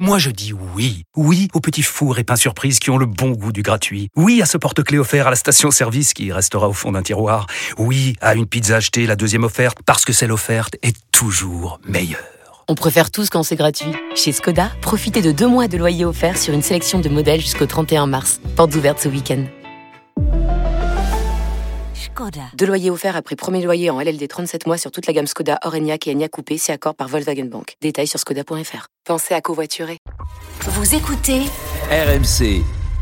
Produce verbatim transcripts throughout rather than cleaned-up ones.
Moi je dis oui. Oui aux petits fours et pains surprises qui ont le bon goût du gratuit. Oui à ce porte-clés offert à la station-service qui restera au fond d'un tiroir. Oui à une pizza achetée, la deuxième offerte, parce que celle offerte est toujours meilleure. On préfère tous quand c'est gratuit. Chez Skoda, profitez de deux mois de loyer offert sur une sélection de modèles jusqu'au trente et un mars. Portes ouvertes ce week-end. Skoda. Deux loyers offerts après premier loyer en L L D trente-sept mois sur toute la gamme Skoda, Orenia et Enyaq Coupé, si accord par Volkswagen Bank. Détails sur skoda point f r. Pensez à covoiturer. Vous écoutez R M C.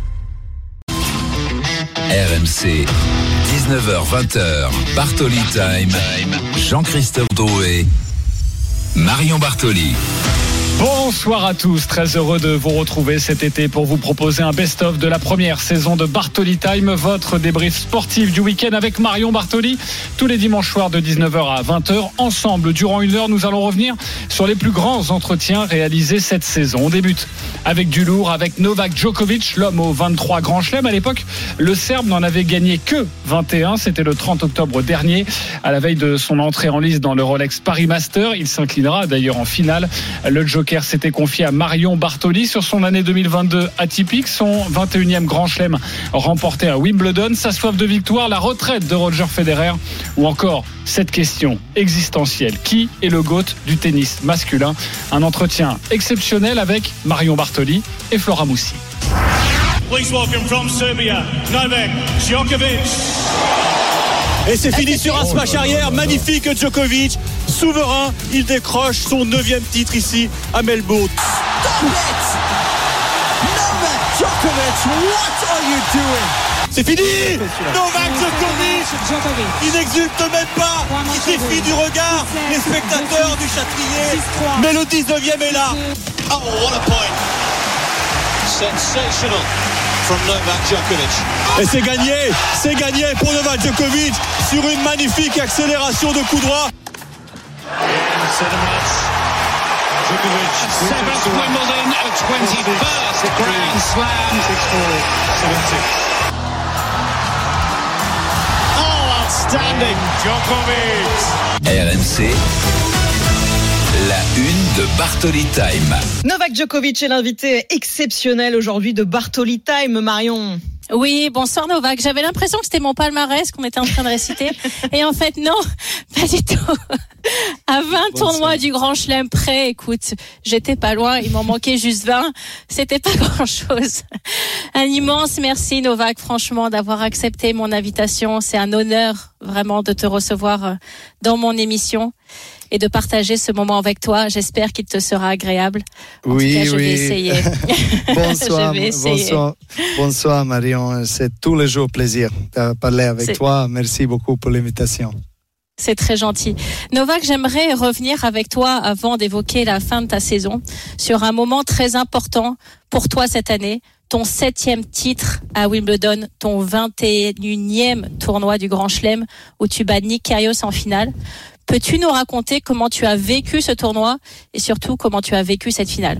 R M C, dix-neuf heures vingt, Bartoli Time, Jean-Christophe Drouet, Marion Bartoli. Bonsoir à tous, très heureux de vous retrouver cet été pour vous proposer un best-of de la première saison de Bartoli Time, votre débrief sportif du week-end avec Marion Bartoli, tous les dimanches soirs de dix-neuf heures à vingt heures. Ensemble, durant une heure, nous allons revenir sur les plus grands entretiens réalisés cette saison. On débute avec du lourd, avec Novak Djokovic, l'homme aux vingt-trois grands chelems. À l'époque, le Serbe n'en avait gagné que vingt et un, c'était le trente octobre dernier, à la veille de son entrée en lice dans le Rolex Paris Master. Il s'inclinera d'ailleurs en finale. Le Joker s'était confié à Marion Bartoli sur son année deux mille vingt-deux atypique, son vingt et unième grand chelem remporté à Wimbledon, sa soif de victoire, la retraite de Roger Federer ou encore cette question existentielle: qui est le GOAT du tennis masculin? Un entretien exceptionnel avec Marion Bartoli et Flora Moussi. Please welcome from Serbia, Novak Djokovic. Et c'est fini sur un smash arrière, magnifique Djokovic, souverain, il décroche son neuvième titre ici à Melbourne. Stop it! Novak Djokovic, what are you doing? C'est fini! Novak Djokovic, il n'exulte même pas, il défie du regard les spectateurs du Châtrier, mais le dix-neuvième est là. Oh, what a point! Sensational. From Novak Djokovic. Et c'est gagné, c'est gagné pour Novak Djokovic sur une magnifique accélération de coup droit. Seventh Wimbledon, a twenty-first Grand Slam. Oh, outstanding, Djokovic. R M C, la une de Bartoli Time. Novak Djokovic est l'invité exceptionnel aujourd'hui de Bartoli Time, Marion. Oui, bonsoir Novak. J'avais l'impression que c'était mon palmarès qu'on était en train de réciter. Et en fait, non, pas du tout. À vingt bonsoir. Tournois du Grand Chelem près, écoute, j'étais pas loin, il m'en manquait juste vingt. C'était pas grand chose. Un immense merci Novak, franchement, d'avoir accepté mon invitation. C'est un honneur vraiment de te recevoir dans mon émission et de partager ce moment avec toi. J'espère qu'il te sera agréable. En oui, tout cas, je oui. vais essayer. Bonsoir, je vais essayer. bonsoir, bonsoir Marion. C'est tous les jours plaisir de parler avec C'est... toi. Merci beaucoup pour l'invitation. C'est très gentil. Novak, j'aimerais revenir avec toi avant d'évoquer la fin de ta saison sur un moment très important pour toi cette année. Ton septième titre à Wimbledon, ton vingt et unième tournoi du Grand Chelem où tu bats Nick Kyrgios en finale. Peux-tu nous raconter comment tu as vécu ce tournoi et surtout comment tu as vécu cette finale?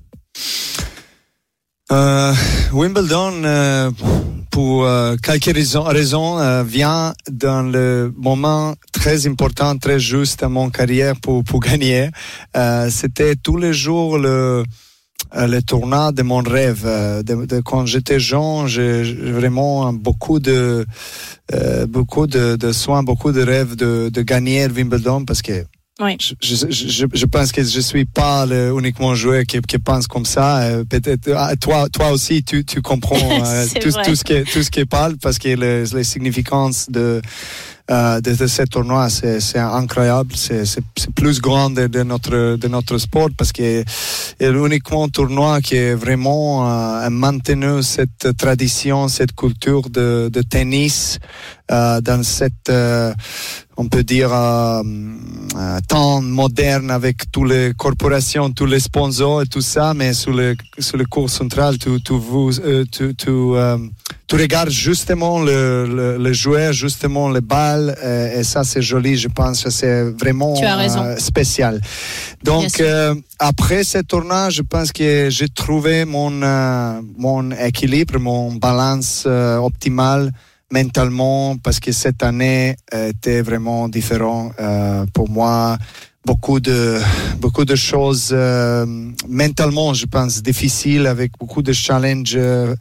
euh, Wimbledon, euh, pour euh, quelques raisons, raisons euh, vient dans le moment très important, très juste à mon carrière pour, pour gagner. Euh, c'était tous les jours le... le tournoi de mon rêve. De, de, quand j'étais jeune, j'ai, j'ai vraiment beaucoup de, euh, beaucoup de, de soins, beaucoup de rêves de, de gagner Wimbledon parce que oui. je, je, je, je pense que je suis pas le uniquement joueur qui, qui pense comme ça. Euh, peut-être toi, toi aussi, tu, tu comprends euh, tout, tout ce qui, tout ce qui parle parce que le, les significances de Euh, de, de ce tournoi, c'est, c'est incroyable, c'est, c'est, c'est plus grand de, de notre de notre sport parce que c'est l'uniquement tournoi qui est vraiment euh, maintenu cette tradition, cette culture de, de tennis euh, dans cette euh, on peut dire euh, euh, temps moderne avec toutes les corporations, tous les sponsors et tout ça, mais sur le sur le cours central, tu tu vous euh, tu tu euh, tu regardes justement le, le, le joueur, justement le bal, euh, et ça c'est joli, je pense que c'est vraiment euh, spécial. Donc euh, après ce tournoi, je pense que j'ai trouvé mon euh, mon équilibre, mon balance euh, optimale mentalement, parce que cette année était vraiment différent euh, pour moi. beaucoup de beaucoup de choses euh, mentalement, je pense, difficiles, avec beaucoup de challenges euh,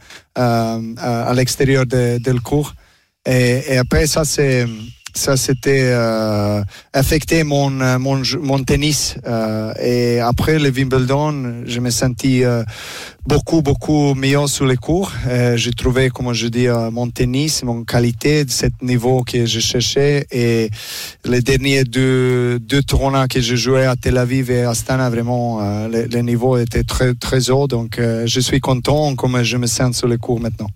à l'extérieur de, de le cours. Et, et après ça, c'est ça c'était euh, affecté mon mon mon tennis. Euh, et après le Wimbledon, je me sentis euh, beaucoup beaucoup mieux sur les cours. Euh, j'ai trouvé, comment je dis, euh, mon tennis, mon qualité, de ce niveau que je cherchais. Et les derniers deux deux tournois que j'ai joué à Tel Aviv et Astana, vraiment euh, le, le niveau était très très haut. Donc euh, je suis content comme je me sens sur les cours maintenant.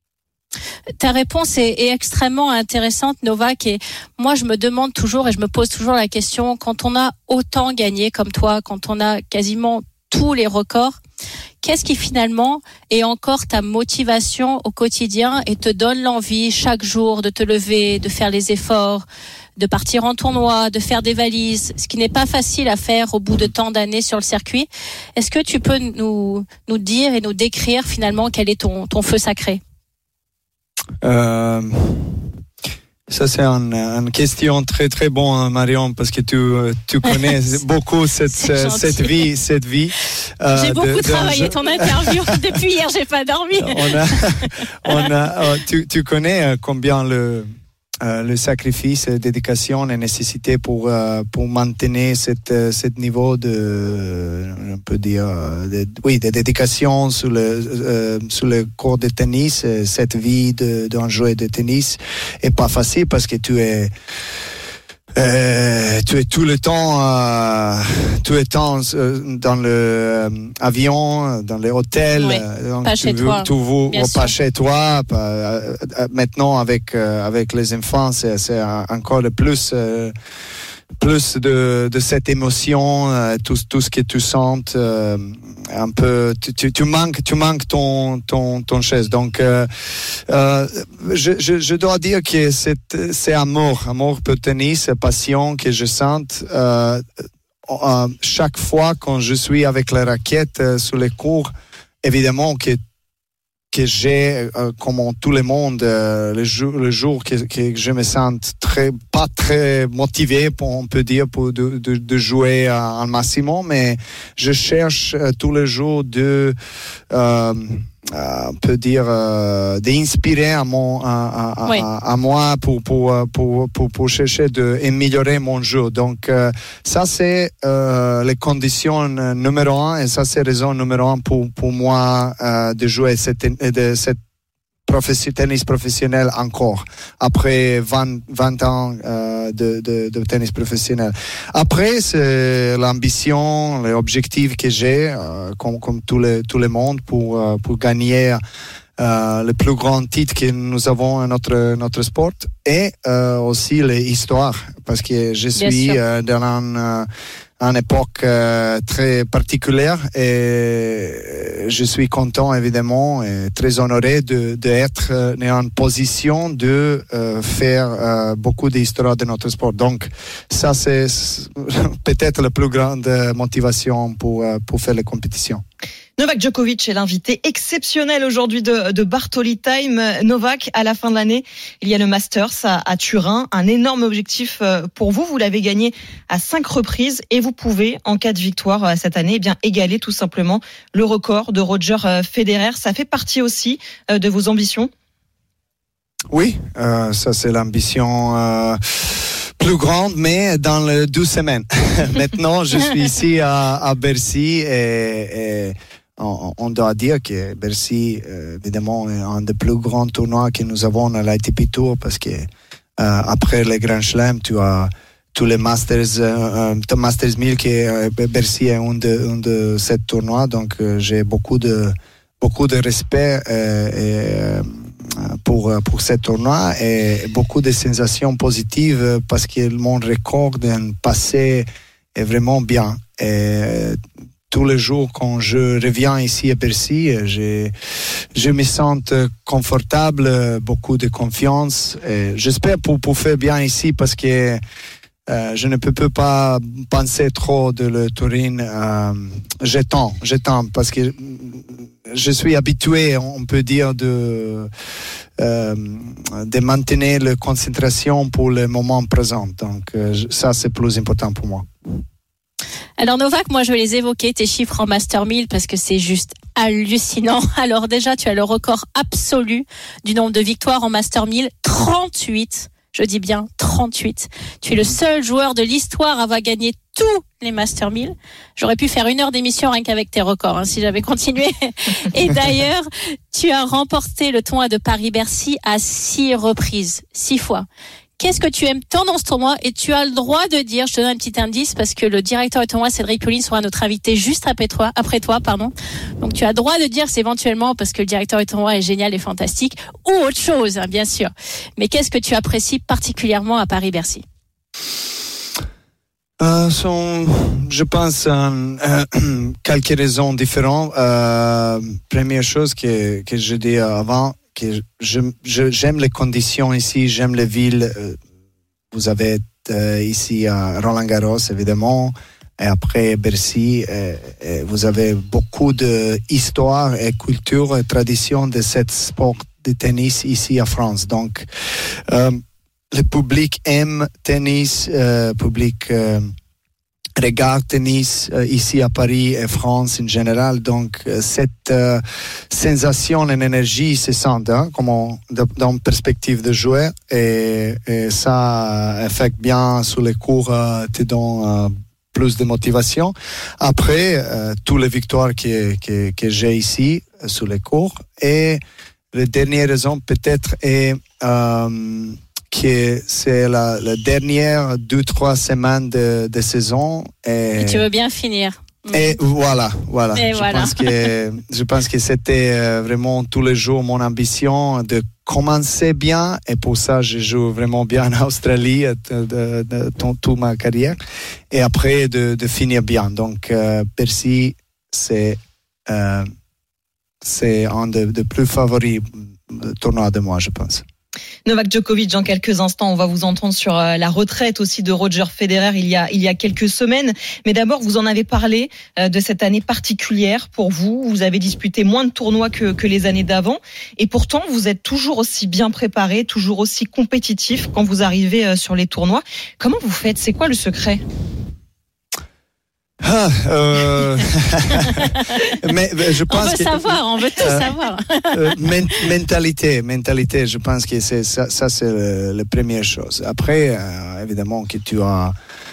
Ta réponse est, est extrêmement intéressante, Novak, et moi je me demande toujours et je me pose toujours la question, quand on a autant gagné comme toi, quand on a quasiment tous les records, qu'est-ce qui finalement est encore ta motivation au quotidien et te donne l'envie chaque jour de te lever, de faire les efforts, de partir en tournoi, de faire des valises, ce qui n'est pas facile à faire au bout de tant d'années sur le circuit. Est-ce que tu peux nous, nous dire et nous décrire finalement quel est ton, ton feu sacré ? Euh, ça c'est une, une question très très bonne, Marion, parce que tu tu connais beaucoup cette cette vie cette vie. Euh, j'ai beaucoup de, travaillé de... ton interview depuis hier, j'ai pas dormi. On a on a tu tu connais combien le Euh, le sacrifice, la dédication, la nécessité pour euh, pour maintenir cette cette niveau de, on peut dire, de, oui, de dédication sur le euh, sur le court de tennis. Cette vie de d'un joueur de tennis est pas facile parce que tu es Euh, tu es tout le temps, euh, tout le temps euh, dans le euh, avion, dans les hôtels. Oui, donc pas tu, chez toi. Tu vous, Bien pas sûr. chez toi. Pas, euh, maintenant avec euh, avec les enfants, c'est, c'est encore plus. Euh, plus de, de cette émotion, euh, tout, tout ce que tu sens, euh, un peu, tu, tu, tu manques, tu manques ton, ton, ton chaise. Donc, euh, euh, je, je, je dois dire que c'est, c'est amour, amour pour le tennis, passion que je sens, euh, euh, chaque fois quand je suis avec la raquette euh, sur les cours, évidemment que que j'ai, euh, comme tout le monde, euh, le jour, le jour que, que je me sens très, pas très motivé, pour, on peut dire, pour de, de, de jouer un maximum, mais je cherche euh, tous les jours de, euh, euh, on peut dire, euh, d'inspirer à mon, à, à, oui. à, à moi pour, pour, pour, pour, pour chercher d'améliorer mon jeu. Donc, euh, ça, c'est euh, les conditions numéro un, et ça, c'est raison numéro un pour, pour moi euh, de jouer cette, de cette profession, tennis professionnel encore, après vingt, vingt ans euh, de, de, de tennis professionnel. Après, c'est l'ambition, l'objectif que j'ai, euh, comme, comme tout le, tout le monde, pour, euh, pour gagner euh, le plus grand titre que nous avons dans notre, notre sport, et euh, aussi l'histoire, parce que je suis euh, dans un... Euh, une époque euh, très particulière, et je suis content évidemment et très honoré de d'être euh, en position de euh, faire euh, beaucoup d'histoires de notre sport. Donc ça c'est peut-être la plus grande motivation pour euh, pour faire les compétitions. Novak Djokovic est l'invité exceptionnel aujourd'hui de, de Bartoli Time. Novak, à la fin de l'année, il y a le Masters à, à Turin, un énorme objectif pour vous. Vous l'avez gagné à cinq reprises et vous pouvez, en cas de victoire cette année, eh bien égaler tout simplement le record de Roger Federer. Ça fait partie aussi de vos ambitions? Oui, euh, ça c'est l'ambition. Euh... plus grande, mais dans les douze semaines. Maintenant, je suis ici à, à Bercy, et, et on, on doit dire que Bercy, euh, évidemment, est un des plus grands tournois que nous avons à l'A T P Tour, parce que euh, après les Grand Chelem, tu as tous les Masters, euh, euh, Masters mille, qui euh, Bercy est un de, un de ces tournois, donc euh, j'ai beaucoup de beaucoup de respect euh, et euh, pour pour ce tournoi, et beaucoup de sensations positives, parce que mon record d'un passé est vraiment bien. Et tous les jours quand je reviens ici à Bercy, je je me sens confortable, beaucoup de confiance, et j'espère pour pour faire bien ici, parce que Euh, je ne peux, peux pas penser trop de le Turin. Euh, j'attends, j'attends, parce que je suis habitué, on peut dire, de, euh, de maintenir la concentration pour le moment présent. Donc, euh, ça, c'est plus important pour moi. Alors Novak, moi je vais les évoquer, tes chiffres en Master mille, parce que c'est juste hallucinant. Alors déjà, tu as le record absolu du nombre de victoires en Master mille, trente-huit. Je dis bien trente-huit. Tu es le seul joueur de l'histoire à avoir gagné tous les Master mille. J'aurais pu faire une heure d'émission rien qu'avec tes records, hein, si j'avais continué. Et d'ailleurs, tu as remporté le tournoi de Paris-Bercy à six reprises, six fois. Qu'est-ce que tu aimes tant dans ce tournoi? Et tu as le droit de dire, je te donne un petit indice, parce que le directeur du tournoi, Cédric Pauline, sera notre invité juste après toi, après toi, pardon. Donc tu as le droit de dire c'est éventuellement parce que le directeur du tournoi est génial et fantastique, ou autre chose, hein, bien sûr. Mais qu'est-ce que tu apprécies particulièrement à Paris-Bercy? Euh, sont, je pense, euh, euh, quelques raisons différentes. Euh, première chose que, que je dis avant, que je, je, j'aime les conditions ici, j'aime les villes. Vous avez euh, ici à Roland-Garros, évidemment, et après Bercy, et, et vous avez beaucoup d'histoire et culture et tradition de ce sport de tennis ici en France. Donc, euh, le public aime tennis, le euh, public euh, regarde tennis euh, ici à Paris et France en général. Donc, euh, cette euh, sensation et énergie se sent hein, comme on, de, dans une perspective de jouer. Et, et ça affecte bien sur les cours, euh, te donne euh, plus de motivation. Après, euh, toutes les victoires que, que, que j'ai ici euh, sur les cours. Et la dernière raison peut-être est... Euh, que c'est la, la dernière deux trois semaines de, de saison et, et tu veux bien finir. Et voilà, voilà. Et je voilà. pense que je pense que c'était vraiment tous les jours mon ambition de commencer bien et pour ça je joue vraiment bien en Australie de, de, de, de toute ma carrière et après de, de finir bien. Donc euh, Bercy c'est euh, c'est un des de plus favoris tournois de moi, je pense. Novak Djokovic, dans quelques instants, on va vous entendre sur la retraite aussi de Roger Federer il y a, il y a quelques semaines. Mais d'abord, vous en avez parlé de cette année particulière pour vous. Vous avez disputé moins de tournois que, que les années d'avant. Et pourtant, vous êtes toujours aussi bien préparé, toujours aussi compétitif quand vous arrivez sur les tournois. Comment vous faites? C'est quoi le secret? Ah, euh... mais, mais je pense on veut que, savoir, on veut tout euh, savoir. euh, men- mentalité, mentalité. Je pense que c'est ça, ça c'est le, la première chose. Après, euh, évidemment que tu as,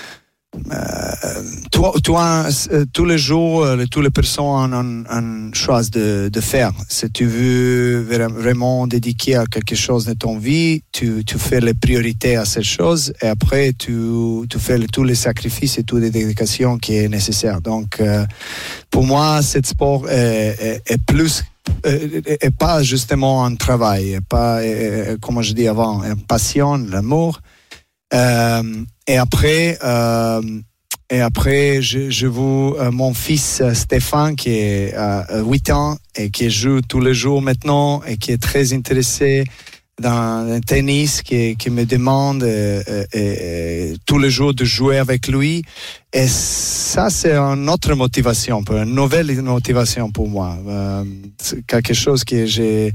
euh, toi, toi, euh, tous les jours, euh, toutes les personnes ont une chose de, de faire. Si tu veux vraiment dédiquer à quelque chose de ton vie, tu, tu fais les priorités à cette chose et après tu, tu fais le, tous les sacrifices et toutes les dédications qui est nécessaire. Donc, euh, pour moi, ce sport est, est, est plus et pas justement un travail, pas, comme je dis avant, une passion, l'amour. Euh, et après, euh, et après, je, je vois euh, mon fils Stéphane qui est à euh, huit ans et qui joue tous les jours maintenant et qui est très intéressé dans le tennis, qui, qui me demande euh, euh, euh, tous les jours de jouer avec lui. Et ça, c'est une autre motivation, une nouvelle motivation pour moi. Euh, c'est quelque chose que je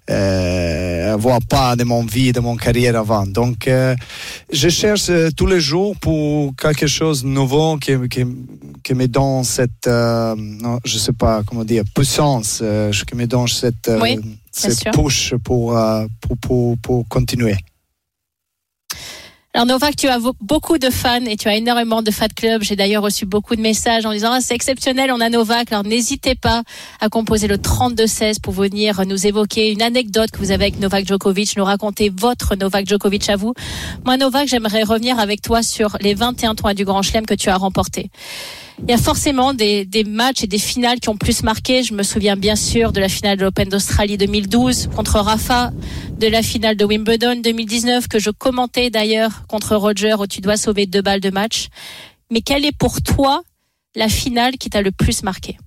ne euh, vois pas de mon vie, de mon carrière avant. Donc, euh, je cherche euh, tous les jours pour quelque chose de nouveau qui, qui, qui me donne cette, euh, non, je ne sais pas comment dire, puissance, euh, qui me donne cette, euh, oui, cette push pour, euh, pour, pour, pour continuer. Alors Novak, tu as beaucoup de fans et tu as énormément de fan clubs. J'ai d'ailleurs reçu beaucoup de messages en disant ah, c'est exceptionnel, on a Novak. Alors n'hésitez pas à composer le trente-deux seize pour venir nous évoquer une anecdote que vous avez avec Novak Djokovic, nous raconter votre Novak Djokovic à vous. Moi Novak, j'aimerais revenir avec toi sur les vingt et un tournois du Grand Chelem que tu as remportés. Il y a forcément des, des matchs et des finales qui ont plus marqué. Je me souviens bien sûr de la finale de l'Open d'Australie deux mille douze contre Rafa, de la finale de Wimbledon deux mille dix-neuf que je commentais d'ailleurs contre Roger où tu dois sauver deux balles de match. Mais quelle est pour toi la finale qui t'a le plus marqué?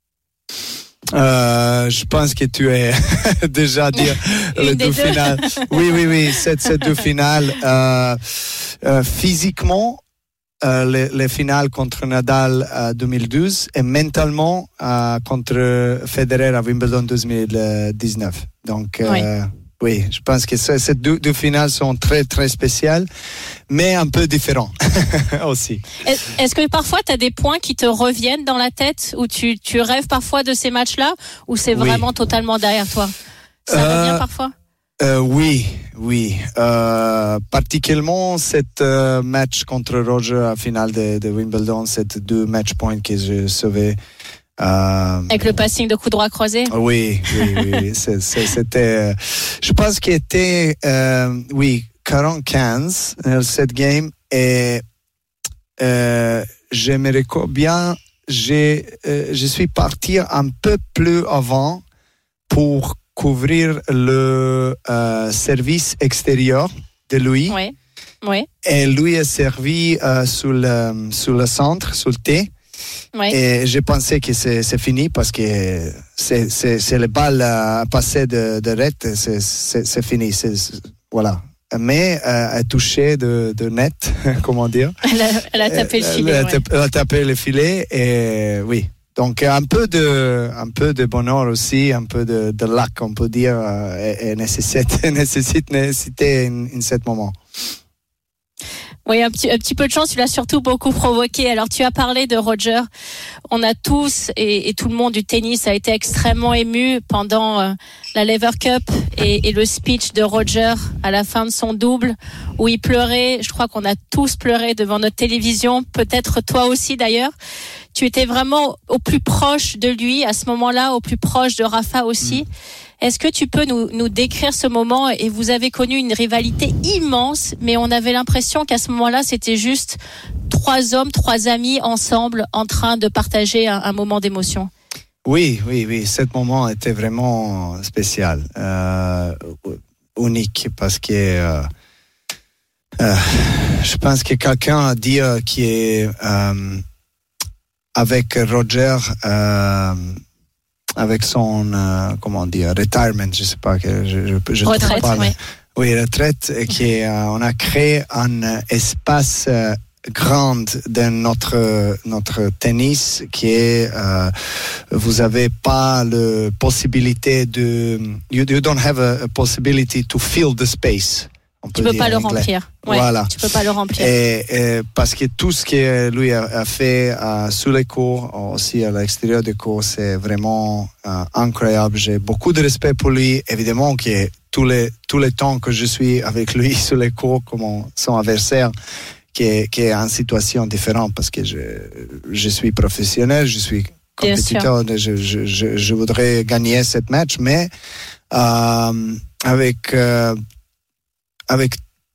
Euh, je pense que tu es déjà dit les deux, deux finales. Oui, oui, oui, c'est ces deux finales. Euh, euh, physiquement, Euh, les, les finales contre Nadal en deux mille douze et mentalement euh, contre Federer à Wimbledon deux mille dix-neuf. Donc, euh, oui. oui, je pense que ces deux, deux finales sont très, très spéciales, mais un peu différents aussi. Est-ce que parfois tu as des points qui te reviennent dans la tête, ou tu, tu rêves parfois de ces matchs-là, ou c'est vraiment oui. totalement derrière toi? Ça euh, revient parfois? euh, Oui, oui. Euh, particulièrement cet euh, match contre Roger à finale de, de Wimbledon, ces deux match points que j'ai sauvés. Euh, Avec le passing de coup droit croisé. Oui, oui, oui. c'est, c'est, c'était. Je pense qu'il était, euh, oui, quarante quinze dans cette game, et euh, je me records bien. J'ai, euh, je suis parti un peu plus avant pour couvrir le euh, service extérieur de lui. Oui. Oui. Et lui a servi euh, sous le sous le centre, sous le T. Oui. Et j'ai pensé que c'est, c'est fini parce que c'est, c'est, c'est le balle à passer de, de ret, c'est, c'est, c'est fini. C'est, c'est, voilà. Mais euh, elle a touché de, de net, comment dire. Elle a, elle a tapé le filet. Elle a, ouais. elle a tapé le filet et oui. Donc un peu de, un peu de bonheur aussi, un peu de, de luck, on peut dire, et, et nécessite, nécessite, nécessité en, en ce moment. Oui, un petit, un petit peu de chance, tu l'as surtout beaucoup provoqué. Alors, tu as parlé de Roger. On a tous, et, et tout le monde du tennis a été extrêmement ému pendant euh, la Lever Cup et, et le speech de Roger à la fin de son double, où il pleurait. Je crois qu'on a tous pleuré devant notre télévision, peut-être toi aussi d'ailleurs. Tu étais vraiment au plus proche de lui à ce moment-là, au plus proche de Rafa aussi. Mmh. Est-ce que tu peux nous, nous décrire ce moment? Et vous avez connu une rivalité immense, mais on avait l'impression qu'à ce moment-là, c'était juste trois hommes, trois amis ensemble en train de partager un, un moment d'émotion. Oui, oui, oui. Ce moment était vraiment spécial, euh, unique, parce que euh, euh, je pense que quelqu'un a dit euh, qui est euh, avec Roger. Euh, avec son, euh, comment dire, retirement, je sais pas, que je, je, je retraite, oui. Oui, retraite, qui est, euh, on a créé un espace euh, grand dans notre, notre tennis qui est, euh, vous avez pas la possibilité de, you, you don't have a, a possibility to fill the space. Tu peux pas le remplir. Ouais, voilà. Tu peux pas le remplir. Et, et parce que tout ce que lui a, a fait euh, sous les cours, aussi à l'extérieur des cours, c'est vraiment euh, incroyable. J'ai beaucoup de respect pour lui. Évidemment que tous les tous les temps que je suis avec lui sous les cours, comme son adversaire, qui est, qui est en situation différente, parce que je je suis professionnel, je suis compétiteur, je, je je je voudrais gagner cette match, mais euh, avec euh, avec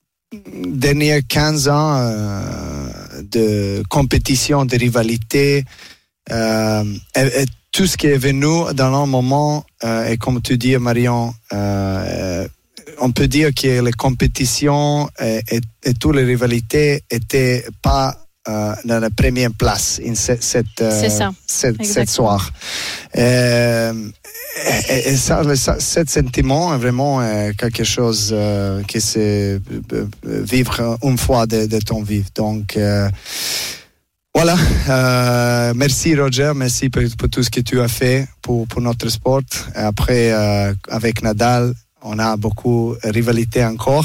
derniers quinze ans euh, de compétition, de rivalité, euh, et, et tout ce qui est venu dans un moment, euh, et comme tu dis, Marion, euh, on peut dire que les compétitions et, et, et toutes les rivalités n'étaient pas euh, dans la première place in cette, cette, C'est ça. cette, cette soir. Euh, Et, et ça, ça, ce sentiment est vraiment euh, quelque chose euh, qui c'est euh, vivre une fois de, de ton vivre. Donc euh, voilà. Euh, merci Roger, merci pour, pour tout ce que tu as fait pour, pour notre sport. Et après, euh, avec Nadal, on a beaucoup de rivalité encore.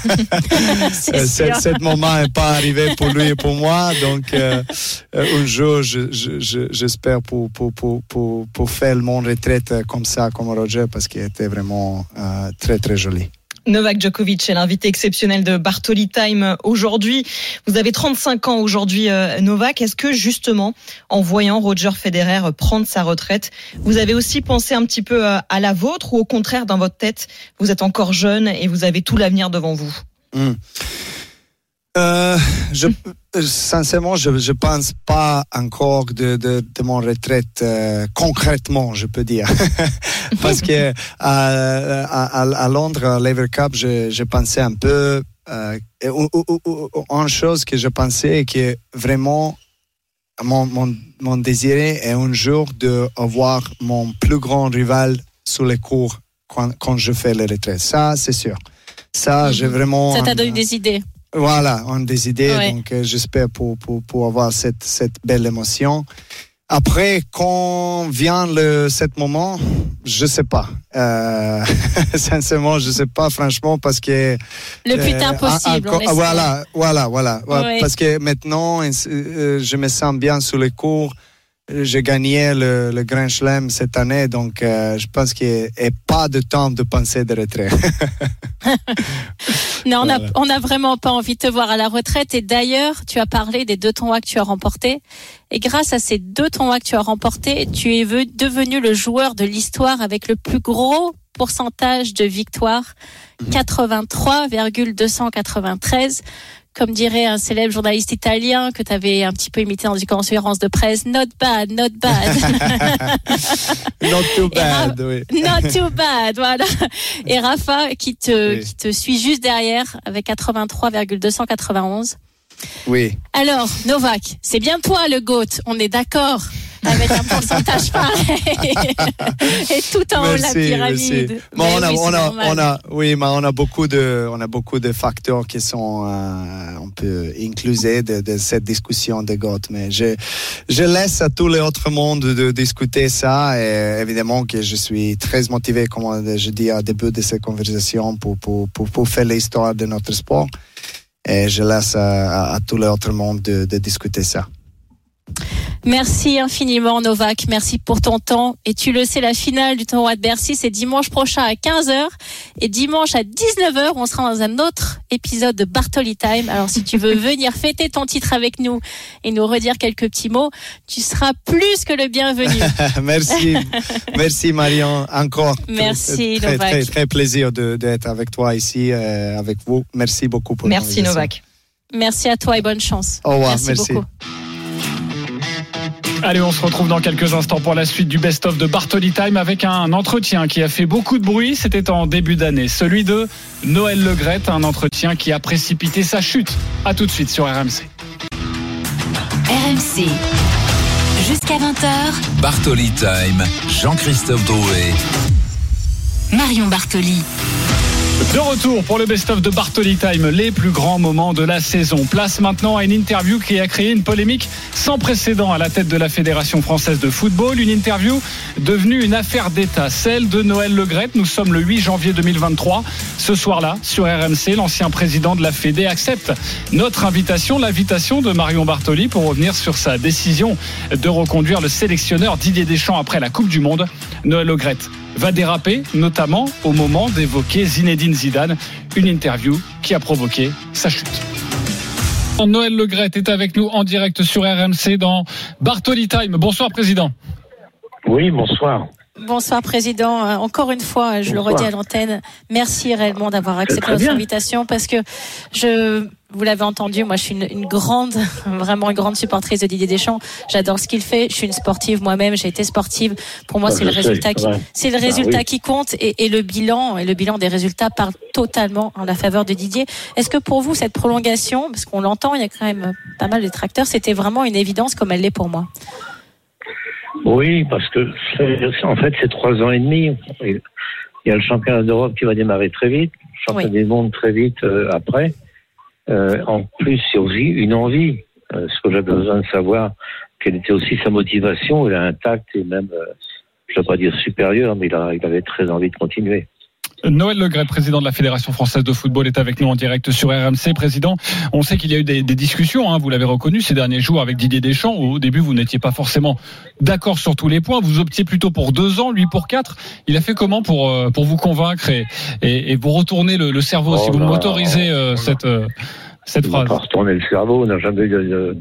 Ce moment n'est pas arrivé pour lui et pour moi. Donc, euh, un jour, je, je, je, j'espère pour, pour, pour, pour, pour faire mon retraite comme ça, comme Roger, parce qu'il était vraiment euh, très, très joli. Novak Djokovic est l'invité exceptionnel de Bartoli Time aujourd'hui. Vous avez trente-cinq ans aujourd'hui, Novak. Est-ce que justement, en voyant Roger Federer prendre sa retraite, vous avez aussi pensé un petit peu à la vôtre, ou au contraire, dans votre tête, vous êtes encore jeune et vous avez tout l'avenir devant vous? mmh. Euh, je, sincèrement, je je pense pas encore de de, de mon retraite euh, concrètement, je peux dire, parce que à, à, à Londres, à Lever Cup, je je pensais un peu euh, une chose que je pensais que vraiment mon mon mon désir est un jour de avoir mon plus grand rival sur les cours quand quand je fais la retraite. Ça, c'est sûr. Ça, j'ai vraiment. Ça t'a donné des idées. Voilà, on a des idées, ouais. donc euh, j'espère pour, pour, pour avoir cette, cette belle émotion. Après, quand vient le, cet moment, je sais pas. Euh, sincèrement, je sais pas, franchement, parce que le plus tard possible. Euh, voilà, voilà, voilà, voilà. Oui. Parce que maintenant, euh, je me sens bien sous les cours. J'ai gagné le, le Grand Chelem cette année, donc euh, je pense qu'il n'y a pas de temps de penser de retrait. Non, on n'a voilà. on a vraiment pas envie de te voir à la retraite. Et d'ailleurs, tu as parlé des deux tournois que tu as remportés. Et grâce à ces deux tournois que tu as remportés, tu es devenu le joueur de l'histoire avec le plus gros pourcentage de victoires, mmh. quatre-vingt-trois virgule deux cent quatre-vingt-treize. Comme dirait un célèbre journaliste italien que tu avais un petit peu imité dans une conférence de presse, not bad, not bad. Not too bad, Ra- oui. Not too bad, voilà. Et Rafa qui te, oui. qui te suit juste derrière avec quatre-vingt-trois virgule deux cent quatre-vingt-onze. Oui. Alors, Novak, c'est bien toi le GOAT, on est d'accord avec un pourcentage pareil et tout en haut de la pyramide. Bon, on a, oui, on a, on a, oui, mais on a beaucoup de, on a beaucoup de facteurs qui sont euh, un peu inclusés de, de cette discussion de GOAT. Mais je, je laisse à tous les autres mondes de discuter ça. Et évidemment que je suis très motivé, comme je dis au début de cette conversation, pour pour pour, pour faire l'histoire de notre sport. Et je laisse à, à, à tous les autres mondes de, de discuter ça. Merci infiniment Novak, merci pour ton temps. Et tu le sais, la finale du tournoi de Bercy, c'est dimanche prochain à quinze heures. Et dimanche à dix-neuf heures, on sera dans un autre épisode de Bartoli Time. Alors si tu veux venir fêter ton titre avec nous et nous redire quelques petits mots, tu seras plus que le bienvenu. Merci, merci Marion, encore. Merci très, Novak. Très, très, très plaisir de, d'être avec toi ici, euh, avec vous. Merci beaucoup pour Merci Novak. Merci à toi et bonne chance. Au revoir, merci, merci beaucoup. Allez, on se retrouve dans quelques instants pour la suite du best-of de Bartoli Time avec un entretien qui a fait beaucoup de bruit. C'était en début d'année. Celui de Noël Le Graët, un entretien qui a précipité sa chute. À tout de suite sur R M C. R M C. Jusqu'à vingt heures. Bartoli Time. Jean-Christophe Drouet. Marion Bartoli. De retour pour le best-of de Bartoli Time, les plus grands moments de la saison. Place maintenant à une interview qui a créé une polémique sans précédent à la tête de la Fédération française de football. Une interview devenue une affaire d'État, celle de Noël Le Graët. Nous sommes le huit janvier deux mille vingt-trois. Ce soir-là, sur R M C, l'ancien président de la Fédé accepte notre invitation, l'invitation de Marion Bartoli pour revenir sur sa décision de reconduire le sélectionneur Didier Deschamps après la Coupe du Monde. Noël Le Graët va déraper, notamment au moment d'évoquer Zinedine Zidane, une interview qui a provoqué sa chute. Noël Le Graët est avec nous en direct sur R M C dans Bartoli Time. Bonsoir Président. Oui, bonsoir. Bonsoir Président. Encore une fois, je bonsoir. Le redis à l'antenne, merci réellement d'avoir accepté notre invitation parce que je... Vous l'avez entendu, moi je suis une, une grande, vraiment une grande supportrice de Didier Deschamps. J'adore ce qu'il fait. Je suis une sportive moi-même. J'ai été sportive. Pour moi, ah, c'est, le résultat qui, c'est le résultat ah, oui. qui compte et, et le bilan et le bilan des résultats parle totalement en la faveur de Didier. Est-ce que pour vous cette prolongation, parce qu'on l'entend, il y a quand même pas mal de détracteurs, c'était vraiment une évidence comme elle l'est pour moi? Oui, parce que c'est, en fait c'est trois ans et demi. Il y a le championnat d'Europe qui va démarrer très vite, le championnat oui. du monde très vite euh, après. Euh, en plus, c'est aussi une envie. Euh, ce que j'avais besoin de savoir, quelle était aussi sa motivation. Il a intact et même, euh, je ne vais pas dire supérieur, mais il, a, il avait très envie de continuer. Noël Le Graët, président de la Fédération française de football, est avec nous en direct sur R M C. Président, on sait qu'il y a eu des, des discussions, hein, vous l'avez reconnu, ces derniers jours avec Didier Deschamps. Au début, vous n'étiez pas forcément d'accord sur tous les points. Vous optiez plutôt pour deux ans, lui pour quatre. Il a fait comment pour, pour vous convaincre et, et, et vous retourner le, le cerveau, oh, si vous non, m'autorisez euh, non, cette, euh, cette phrase? On n'a pas retourné le cerveau, on n'a jamais eu de... de...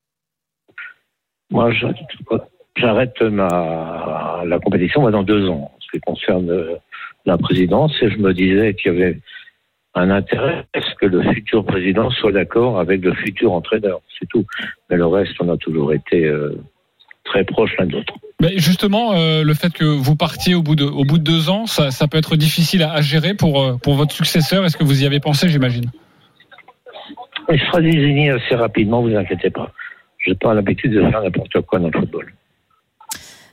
Moi, je, j'arrête ma, la compétition moi, dans deux ans, en ce qui concerne la présidence, et je me disais qu'il y avait un intérêt à ce que le futur président soit d'accord avec le futur entraîneur, c'est tout. Mais le reste, on a toujours été euh, très proches l'un de l'autre. Mais justement, euh, le fait que vous partiez au bout de, au bout de deux ans, ça, ça peut être difficile à, à gérer pour, pour votre successeur. Est-ce que vous y avez pensé, j'imagine? Il sera désigné assez rapidement, vous inquiétez pas. Je n'ai pas l'habitude de faire n'importe quoi dans le football.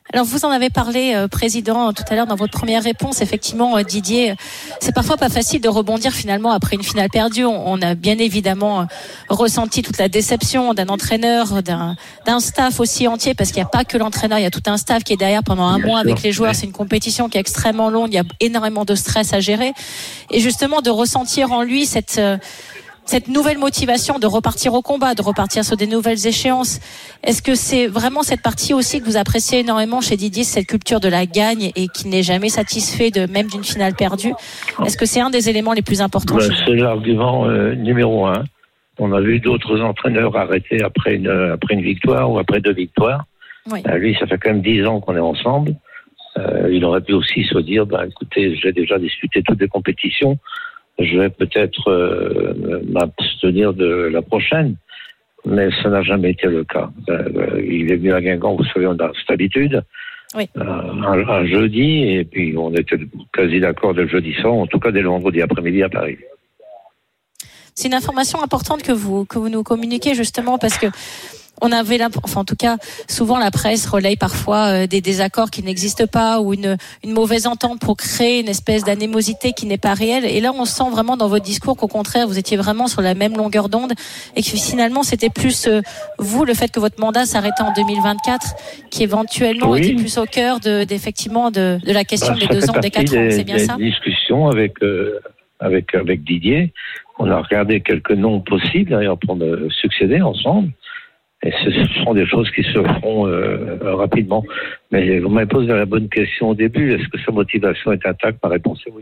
Alors vous en avez parlé, euh, président, tout à l'heure dans votre première réponse. Effectivement, euh, Didier, c'est parfois pas facile de rebondir finalement après une finale perdue. On, on a bien évidemment euh, ressenti toute la déception d'un entraîneur, d'un, d'un staff aussi entier, parce qu'il n'y a pas que l'entraîneur, il y a tout un staff qui est derrière pendant un bien mois sûr, avec les joueurs. Ouais. C'est une compétition qui est extrêmement longue, il y a énormément de stress à gérer. Et justement de ressentir en lui cette... Euh, cette nouvelle motivation de repartir au combat, de repartir sur des nouvelles échéances. Est-ce que c'est vraiment cette partie aussi que vous appréciez énormément chez Didier, cette culture de la gagne et qui n'est jamais satisfait de même d'une finale perdue? Est-ce que c'est un des éléments les plus importants? Ben, c'est l'argument euh, numéro un. On a vu d'autres entraîneurs arrêter après une, après une victoire ou après deux victoires. Oui. Euh, lui, ça fait quand même dix ans qu'on est ensemble. Euh, il aurait pu aussi se dire, ben, écoutez, j'ai déjà disputé toutes les compétitions. Je vais peut-être euh, m'abstenir de la prochaine, mais ça n'a jamais été le cas. Euh, il est venu à Guingamp, vous savez, on a cette habitude, oui. euh, un, un jeudi, et puis on était quasi d'accord dès le jeudi soir, en tout cas dès le vendredi après-midi à Paris. C'est une information importante que vous que vous nous communiquez justement parce que on avait, enfin en tout cas, souvent la presse relaye parfois euh, des désaccords qui n'existent pas ou une, une mauvaise entente pour créer une espèce d'anémosité qui n'est pas réelle. Et là, on sent vraiment dans votre discours qu'au contraire, vous étiez vraiment sur la même longueur d'onde et que finalement, c'était plus euh, vous, le fait que votre mandat s'arrêtait en deux mille vingt-quatre, qui éventuellement oui. était plus au cœur de, d'effectivement de, de la question bah, des deux ans, des quatre ans. C'est bien des ça? Discussions avec euh, avec avec Didier. On a regardé quelques noms possibles d'ailleurs pour me succéder ensemble. Et ce sont des choses qui se feront euh, rapidement. Mais vous m'avez posé la bonne question au début. Est-ce que sa motivation est intacte? Ma réponse est oui.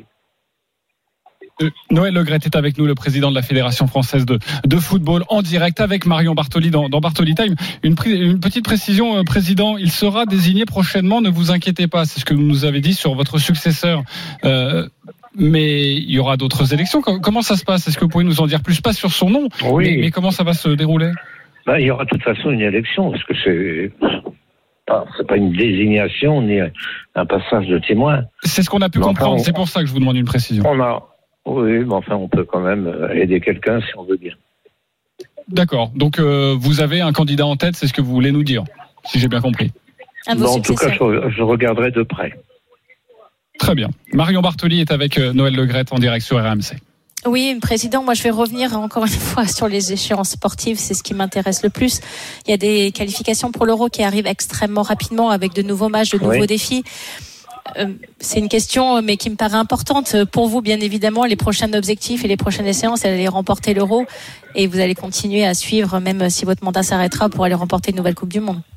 Euh, Noël Le Graët est avec nous, le président de la Fédération française de, de football, en direct avec Marion Bartoli dans, dans Bartoli Time. Une, une petite précision, euh, président, il sera désigné prochainement, ne vous inquiétez pas, c'est ce que vous nous avez dit sur votre successeur. Euh, mais il y aura d'autres élections. Comment ça se passe? Est-ce que vous pouvez nous en dire plus? Pas sur son nom, oui. mais, mais comment ça va se dérouler? Ben, il y aura de toute façon une élection, parce que c'est pas, c'est pas une désignation ni un passage de témoin. C'est ce qu'on a pu mais comprendre, enfin, on, c'est pour ça que je vous demande une précision. On a, oui, mais enfin, on peut quand même aider quelqu'un si on veut bien. D'accord, donc euh, vous avez un candidat en tête, c'est ce que vous voulez nous dire, si j'ai bien compris. Bon, en tout cas, je, je regarderai de près. Très bien. Marion Bartoli est avec Noël Le Graët en direct sur R M C. Oui, président, moi je vais revenir encore une fois sur les échéances sportives, c'est ce qui m'intéresse le plus. Il y a des qualifications pour l'Euro qui arrivent extrêmement rapidement avec de nouveaux matchs, de nouveaux oui. défis. Euh, c'est une question mais qui me paraît importante pour vous, bien évidemment. Les prochains objectifs et les prochaines séances, c'est d'aller remporter l'Euro et vous allez continuer à suivre même si votre mandat s'arrêtera pour aller remporter une nouvelle Coupe du Monde.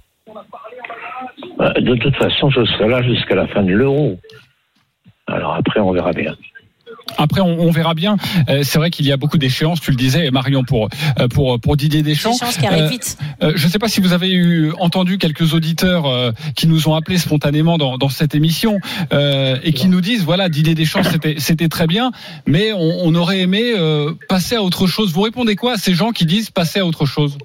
De toute façon, je serai là jusqu'à la fin de l'Euro. Alors après, on verra bien. Après, on, on verra bien. Euh, c'est vrai qu'il y a beaucoup d'échéances, tu le disais, Marion, pour pour pour Didier Deschamps. Des échéances qui arrivent vite. Euh, je ne sais pas si vous avez eu entendu quelques auditeurs euh, qui nous ont appelés spontanément dans dans cette émission euh, et qui nous disent voilà, Didier Deschamps, c'était c'était très bien, mais on, on aurait aimé euh, passer à autre chose. Vous répondez quoi à ces gens qui disent passer à autre chose?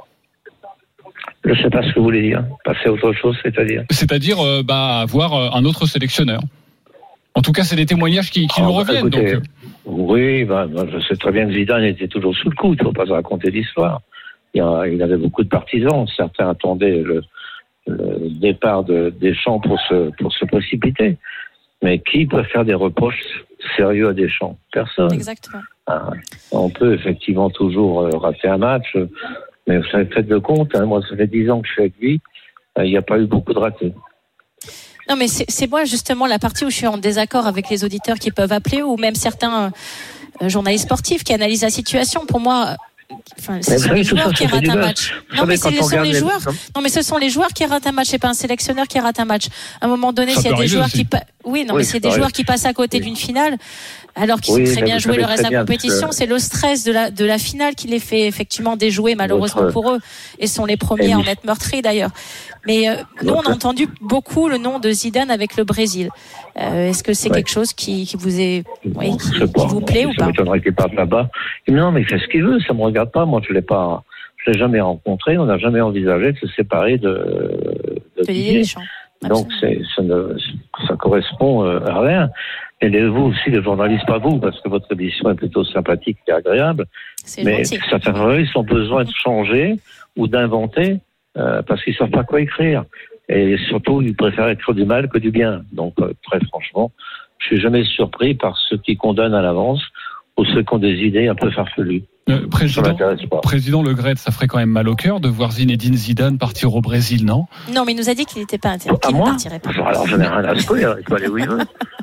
Je ne sais pas ce que vous voulez dire. Passer à autre chose, c'est-à-dire C'est-à-dire euh, bah avoir un autre sélectionneur. En tout cas, c'est des témoignage qui, qui oh, nous reviennent. Écoutez, donc. Oui, ben, je sais très bien que Zidane était toujours sous le coup. Il ne faut pas se raconter l'histoire. Il, y a, il avait beaucoup de partisans. Certains attendaient le, le départ de Deschamps pour se, pour se précipiter. Mais qui peut faire des reproches sérieux à Deschamps? Personne. Exactement. Ah, on peut effectivement toujours rater un match, mais vous savez, faites le compte. Hein, moi, ça fait dix ans que je suis avec lui. Il n'y a pas eu beaucoup de ratés. Non, mais c'est, c'est moi justement la partie où je suis en désaccord avec les auditeurs qui peuvent appeler ou même certains euh, journalistes sportifs qui analysent la situation. Pour moi, enfin, ce sont les joueurs qui ratent un match. Non, mais ce sont les joueurs. Non, mais ce sont les joueurs qui ratent un match. C'est pas un sélectionneur qui rate un match. À un moment donné, s'il y a des joueurs qui, pa... oui, non, oui, mais s'il y a des joueurs qui passent à côté oui. d'une finale, alors qu'ils oui, ont très bien joué le reste de la compétition, que... c'est le stress de la de la finale qui les fait effectivement déjouer malheureusement Votre... pour eux et sont les premiers à en être meurtris d'ailleurs. Mais euh, nous, on a entendu beaucoup le nom de Zidane avec le Brésil. Euh, est-ce que c'est ouais. quelque chose qui, qui vous est, oui, qui, qui vous plaît je ou pas? Ça m'étonnerait qu'il parte là-bas. Non, mais il fait ce qu'il veut. Ça me regarde pas. Moi, je l'ai pas, je l'ai jamais rencontré. On n'a jamais envisagé de se séparer de, de Didier. Donc, c'est, ça, ne, ça correspond à rien. Et les, vous aussi, les journalistes, pas vous, parce que votre émission est plutôt sympathique et agréable. C'est mais gentil. Certains journalistes ont besoin de changer ou d'inventer. Euh, parce qu'ils savent pas quoi écrire. Et surtout, il préfère écrire du mal que du bien. Donc, euh, très franchement, je suis jamais surpris par ceux qui condamnent à l'avance ou ceux qui ont des idées un peu farfelues. Euh, président, président Le Gret, ça ferait quand même mal au cœur de voir Zinedine Zidane partir au Brésil, non? Non, mais il nous a dit qu'il n'était pas intéressé. Qu'il ne partirait pas. Alors, je n'ai rien à secouer, il peut aller où il veut.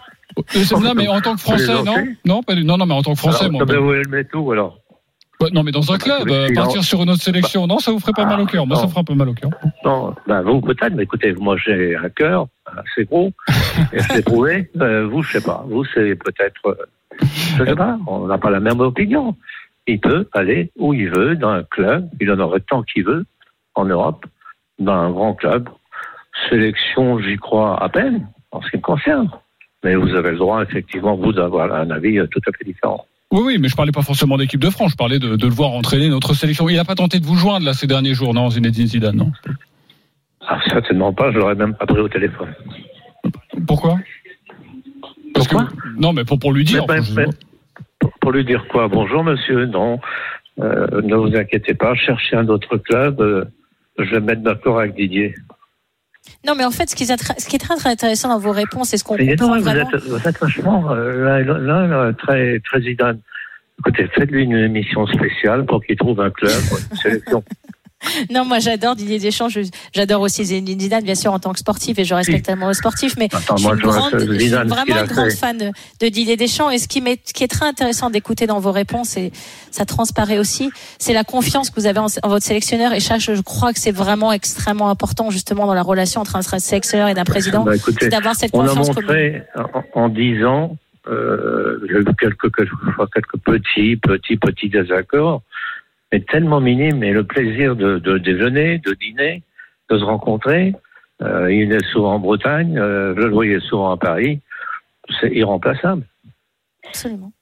Non, mais en tant que Français, non non, pas, non, non, mais en tant que Français, alors, moi. Mais où elle met tout, alors bah, non, mais dans un club, euh, partir sur une autre sélection, bah, non, ça vous ferait pas ah, mal au cœur. Moi, non. Ça ferait un peu mal au cœur. Non, ben vous peut-être, mais écoutez, moi j'ai un cœur assez gros, et je l'ai prouvé. Euh, vous, je sais pas. Vous, c'est peut-être, euh, je sais pas. On n'a pas la même opinion. Il peut aller où il veut, dans un club. Il en aurait tant qu'il veut, en Europe, dans un grand club. Sélection, j'y crois à peine, en ce qui me concerne. Mais vous avez le droit, effectivement, vous, d'avoir un avis tout à fait différent. Oui, oui, mais je parlais pas forcément d'équipe de France, je parlais de, de le voir entraîner notre sélection. Il n'a pas tenté de vous joindre, là, ces derniers jours, non, Zinedine Zidane, non? Ah, certainement pas, je l'aurais même pas pris au téléphone. Pourquoi? Parce Pourquoi que, non, mais pour, pour lui dire... Mais, enfin, mais, pour, pour lui dire quoi? Bonjour, monsieur, non, euh, ne vous inquiétez pas, cherchez un autre club, euh, je vais me mettre d'accord avec Didier. Non, mais en fait, ce qui est, attra- ce qui est très, très intéressant dans vos réponses, c'est ce qu'on comprend non, vous vraiment. Êtes, vous êtes vachement euh, là, là, là, très, très Zidane. Écoutez, faites-lui une émission spéciale pour qu'il trouve un club, une sélection. Non, moi j'adore Didier Deschamps, je, j'adore aussi Zinedine Zidane, bien sûr en tant que sportif, et je respecte tellement le sportif, mais Attends, je, moi, suis, je, grande, je suis Zidane, vraiment une grande fan de, de Didier Deschamps, et ce qui, m'est, ce qui est très intéressant d'écouter dans vos réponses, et ça transparaît aussi, c'est la confiance que vous avez en, en votre sélectionneur, et ça, je crois que c'est vraiment extrêmement important justement dans la relation entre un sélectionneur et un président, bah, écoutez, c'est d'avoir cette on confiance. On a montré en, en dix ans, euh, quelques, quelques, quelques petits, petits, petits désaccords, mais tellement minime, mais le plaisir de, de déjeuner, de dîner, de se rencontrer. Euh, il est souvent en Bretagne, euh, je le voyais souvent à Paris. C'est irremplaçable. Absolument.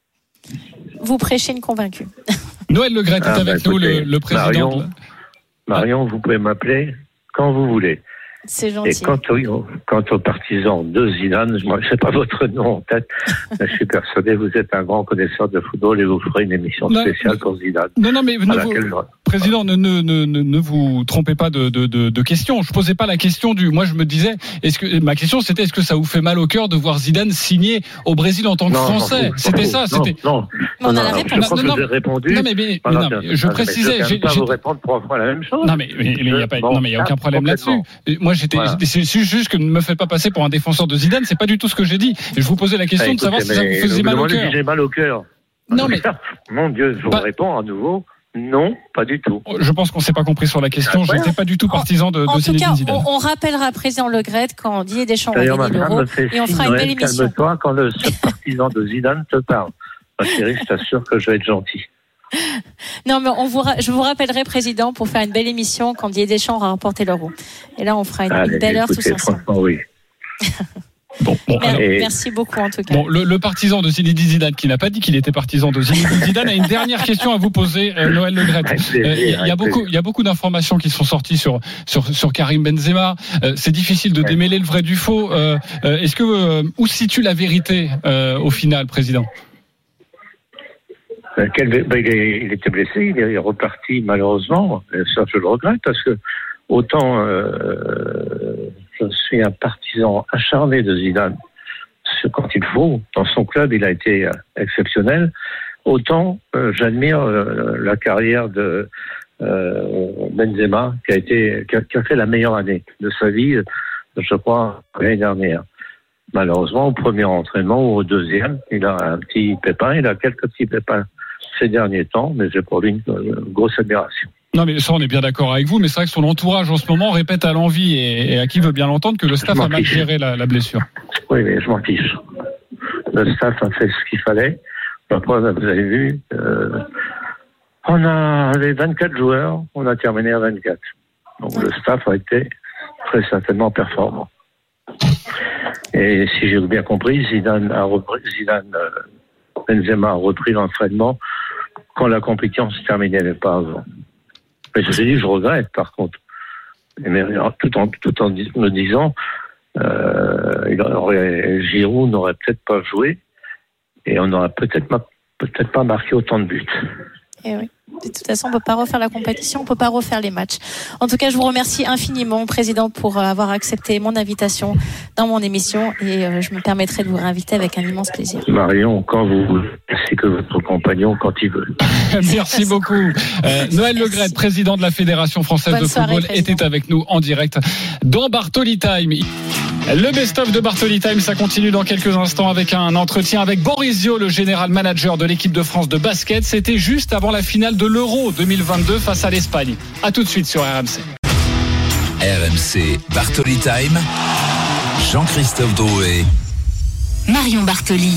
Vous prêchez une convaincue. Noël Le Gret est ah, avec bah, écoutez, nous, le, le président. Marion, de... Marion, vous pouvez m'appeler quand vous voulez. C'est gentil. Et quant, au, quant aux partisans de Zidane, je ne sais pas votre nom en tête, mais je suis persuadé que vous êtes un grand connaisseur de football et vous ferez une émission non, spéciale pour Zidane. Non, non, mais ne vous, je... président, ne, ne, ne, ne vous trompez pas de, de, de, de question. Je posais pas la question du. Moi, je me disais, est-ce que ma question c'était est-ce que ça vous fait mal au cœur de voir Zidane signer au Brésil en tant que non, Français? non, c'était non, ça. Non, c'était. Non, non, non, non, non, je crois que j'ai répondu. Non, mais, mais, mais, non, mais je non, précisais. Mais je ne vais pas vous répondre trois fois la même chose. Non, mais il n'y a pas. Non, mais il y a aucun problème là-dessus. Moi, j'étais. C'est juste que ne me faites pas passer pour un défenseur de Zidane, c'est pas du tout ce que j'ai dit. Et je vous posais la question ah, écoutez, de savoir si ça vous faisait mal au cœur. J'ai mal au cœur. Non mais mon Dieu, je vous bah... réponds à nouveau. Non, pas du tout. Je pense qu'on s'est pas compris sur la question. Je n'étais pas du tout partisan de, de Zinedine Zidane. En tout cas, on, on rappellera président Le Gret quand Didier Deschamps va gagner l'Euro et on fera une belle émission. Calme-toi quand le partisan de Zidane te parle. Thierry, je t'assure que je vais être gentil. Non, mais on vous ra- je vous rappellerai, président, pour faire une belle émission quand Didier Deschamps aura remporté l'Euro. Et là, on fera une, Allez, une belle écoutez, heure tous ensemble. Oui. Bon, bon, Mer- alors, merci beaucoup en tout cas. Bon, le, le partisan de Zinedine Zidane qui n'a pas dit qu'il était partisan de Zinedine Zidane a une dernière question à vous poser, euh, Noël Le Gret. Il euh, y a beaucoup, il y a beaucoup d'informations qui sont sorties sur sur sur Karim Benzema. Euh, c'est difficile de démêler le vrai du faux. Euh, euh, est-ce que euh, où se situe la vérité euh, au final, président? Quel, ben, il était blessé, il est reparti malheureusement. Et ça, je le regrette parce que autant euh, je suis un partisan acharné de Zidane, quand il faut, dans son club, il a été exceptionnel. Autant euh, j'admire euh, la carrière de euh, Benzema, qui a été, qui a, qui a fait la meilleure année de sa vie, je crois, l'année dernière. Malheureusement, au premier entraînement ou au deuxième, il a un petit pépin, il a quelques petits pépins ces derniers temps, mais j'ai pour lui une, une grosse admiration. Non, mais ça, on est bien d'accord avec vous, mais c'est vrai que son entourage en ce moment répète à l'envi et, et à qui veut bien l'entendre que le staff a mal géré la, la blessure. Oui, mais je m'en fiche. Le staff a fait ce qu'il fallait. Après, vous avez vu, euh, on a les vingt-quatre joueurs, on a terminé à vingt-quatre. Donc le staff a été très certainement performant. Et si j'ai bien compris, Zidane a repris, Zidane, euh, Benzema a repris l'entraînement quand la compétition se terminait, mais pas avant. Mais je vous ai dit, je regrette, par contre. Mais tout en, tout en me disant, euh, il aurait, Giroud n'aurait peut-être pas joué et on n'aurait peut-être, peut-être pas marqué autant de buts. Et oui. De toute façon, on peut pas refaire la compétition, on peut pas refaire les matchs. En tout cas, je vous remercie infiniment, Président, pour avoir accepté mon invitation dans mon émission et euh, je me permettrai de vous réinviter avec un immense plaisir. Marion, quand vous voulez, ainsi que votre compagnon quand il veut. Merci beaucoup. Euh, Noël Le Graët, président de la Fédération française Bonne de soirée, football, président. Était avec nous en direct dans Bartoli Time. Le best-of de Bartoli Time, ça continue dans quelques instants avec un entretien avec Boris Dio, le général manager de l'équipe de France de basket. C'était juste avant la finale de l'Euro deux mille vingt-deux face à l'Espagne. A tout de suite sur R M C. R M C Bartoli Time. Jean-Christophe Drouet. Marion Bartoli.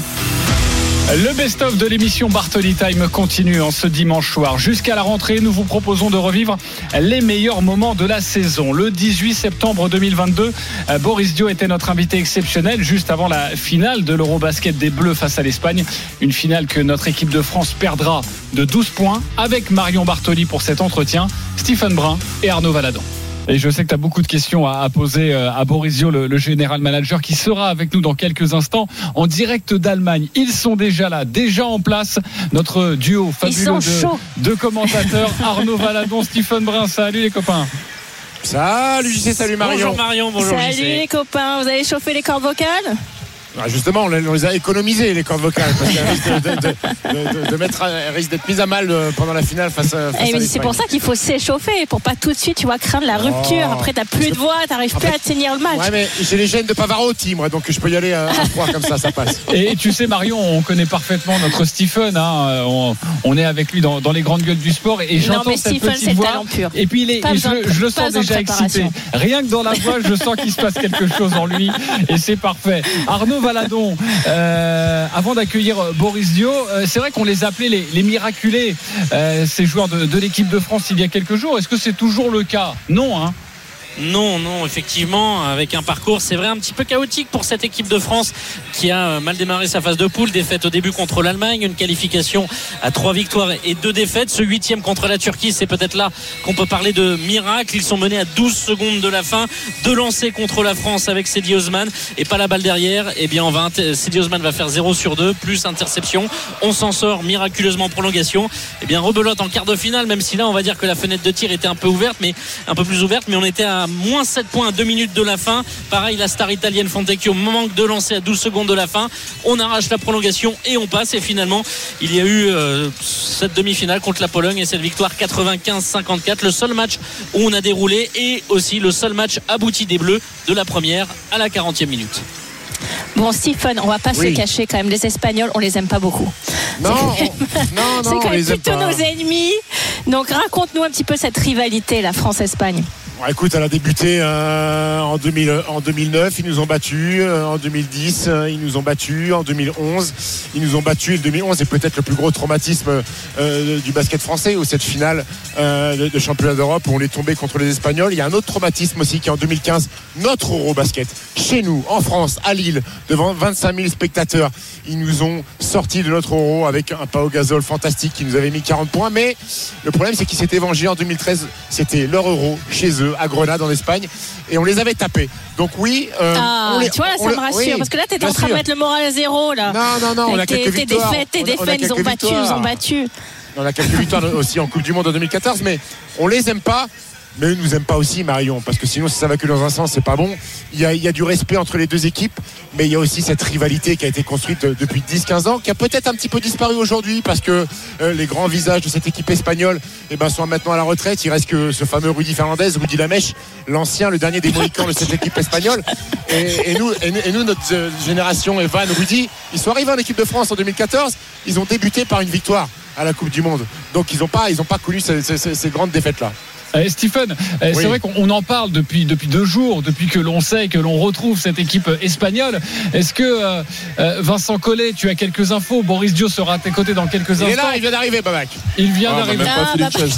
Le best-of de l'émission Bartoli Time continue en ce dimanche soir. Jusqu'à la rentrée, nous vous proposons de revivre les meilleurs moments de la saison. Le dix-huit septembre deux mille vingt-deux, Boris Dio était notre invité exceptionnel juste avant la finale de l'Eurobasket des Bleus face à l'Espagne. Une finale que notre équipe de France perdra de douze points avec Marion Bartoli pour cet entretien, Stephen Brun et Arnaud Valadon. Et je sais que tu as beaucoup de questions à poser à Boris Dio, le, le général manager, qui sera avec nous dans quelques instants en direct d'Allemagne. Ils sont déjà là, déjà en place. Notre duo fabuleux de, de commentateurs, Arnaud Valadon, Stephen Brun. Salut les copains. Salut J C, salut Marion. Bonjour Marion, bonjour J C. Salut les copains, vous avez chauffé les cordes vocales ? Ah justement, on les a économisées les cordes vocales parce qu'elles risquent de, de, de, de, de mettre, elles risquent d'être mises à mal pendant la finale face, face et à l'Espagne. C'est pour ça qu'il faut s'échauffer pour pas tout de suite, tu vois, craindre la rupture. Oh, après, t'as plus de voix, t'arrives plus à tenir le match. Ouais, mais j'ai les gènes de Pavarotti, moi, donc je peux y aller à froid comme ça, ça passe. Et tu sais, Marion, on connaît parfaitement notre Stephen. Hein, on, on est avec lui dans, dans les grandes gueules du sport et j'entends non, mais cette Stephen, petite voix. Et puis il est, et je, je le sens déjà excité. Rien que dans la voix, je sens qu'il se passe quelque chose en lui et c'est parfait. Arnaud Valadon. Euh, avant d'accueillir Boris Dio, euh, c'est vrai qu'on les appelait les, les miraculés, euh, ces joueurs de, de l'équipe de France il y a quelques jours. Est-ce que c'est toujours le cas ? Non, hein ? Non, non, effectivement, avec un parcours, c'est vrai, un petit peu chaotique pour cette équipe de France qui a mal démarré sa phase de poule, défaite au début contre l'Allemagne, une qualification à trois victoires et deux défaites. Ce huitième contre la Turquie, c'est peut-être là qu'on peut parler de miracle. Ils sont menés à douze secondes de la fin, deux lancers contre la France avec Cedi Osman et pas la balle derrière. Eh bien, on va Cedi Osman va faire zéro sur deux, plus interception. On s'en sort miraculeusement en prolongation. Eh bien, rebelote en quart de finale, même si là, on va dire que la fenêtre de tir était un peu ouverte, mais un peu plus ouverte, mais on était à moins sept points à deux minutes de la fin. Pareil, la star italienne Fontecchio manque de lancer à douze secondes de la fin. On arrache la prolongation et on passe. Et finalement, il y a eu euh, cette demi-finale contre la Pologne et cette victoire quatre-vingt-quinze cinquante-quatre. Le seul match où on a déroulé et aussi le seul match abouti des Bleus de la première à la quarantième minute. Bon, Stephen, on va pas oui. se cacher quand même. Les Espagnols, on les aime pas beaucoup. Non, c'est on... non, non, c'est quand même plutôt pas. nos ennemis. Donc raconte-nous un petit peu cette rivalité, la France-Espagne. Bon, écoute, elle a débuté euh, en, deux mille, en deux mille neuf, ils nous ont battus. Euh, en deux mille dix, euh, ils nous ont battus. En deux mille onze, ils nous ont battus. Et le deux mille onze est peut-être le plus gros traumatisme euh, du basket français, où cette finale euh, de, de championnat d'Europe où on est tombé contre les Espagnols. Il y a un autre traumatisme aussi qui est en deux mille quinze, notre Eurobasket. Chez nous, en France, à Lille, devant vingt-cinq mille spectateurs, ils nous ont sorti de notre Euro avec un Pau Gasol fantastique qui nous avait mis quarante points. Mais le problème, c'est qu'ils s'étaient vengés en deux mille treize. C'était leur Euro chez eux, à Grenade en Espagne, et on les avait tapés. Donc oui, euh, ah, on les, tu vois là, ça on me rassure oui, parce que là t'es en train de mettre le moral à zéro là. Non non non, on a quelques tes victoires. Défaites, tes défaites, ils ont battu, ils ont battu. On a quelques victoires aussi en Coupe du Monde en deux mille quatorze, mais on les aime pas. Mais eux nous aiment pas aussi, Marion, parce que sinon si ça va que dans un sens, c'est pas bon. Il y a, il y a du respect entre les deux équipes, mais il y a aussi cette rivalité qui a été construite depuis dix quinze ans, qui a peut-être un petit peu disparu aujourd'hui parce que euh, les grands visages de cette équipe espagnole eh ben, sont maintenant à la retraite. Il reste que ce fameux Rudy Fernandez, Rudy Lamèche, l'ancien, le dernier des Mohicans de cette équipe espagnole. Et, et, nous, et, et nous, notre euh, génération, Evan, Rudy, ils sont arrivés en équipe de France en deux mille quatorze, ils ont débuté par une victoire à la Coupe du Monde. Donc ils n'ont pas, ils ont pas connu ces, ces, ces grandes défaites-là. Eh, Stephen, eh, oui. c'est vrai qu'on en parle depuis, depuis deux jours, depuis que l'on sait que l'on retrouve cette équipe espagnole. Est-ce que euh, Vincent Collet, tu as quelques infos? Boris Dio sera à tes côtés dans quelques instants. Il est là, il vient d'arriver, Babac. Il vient oh, d'arriver. Ah,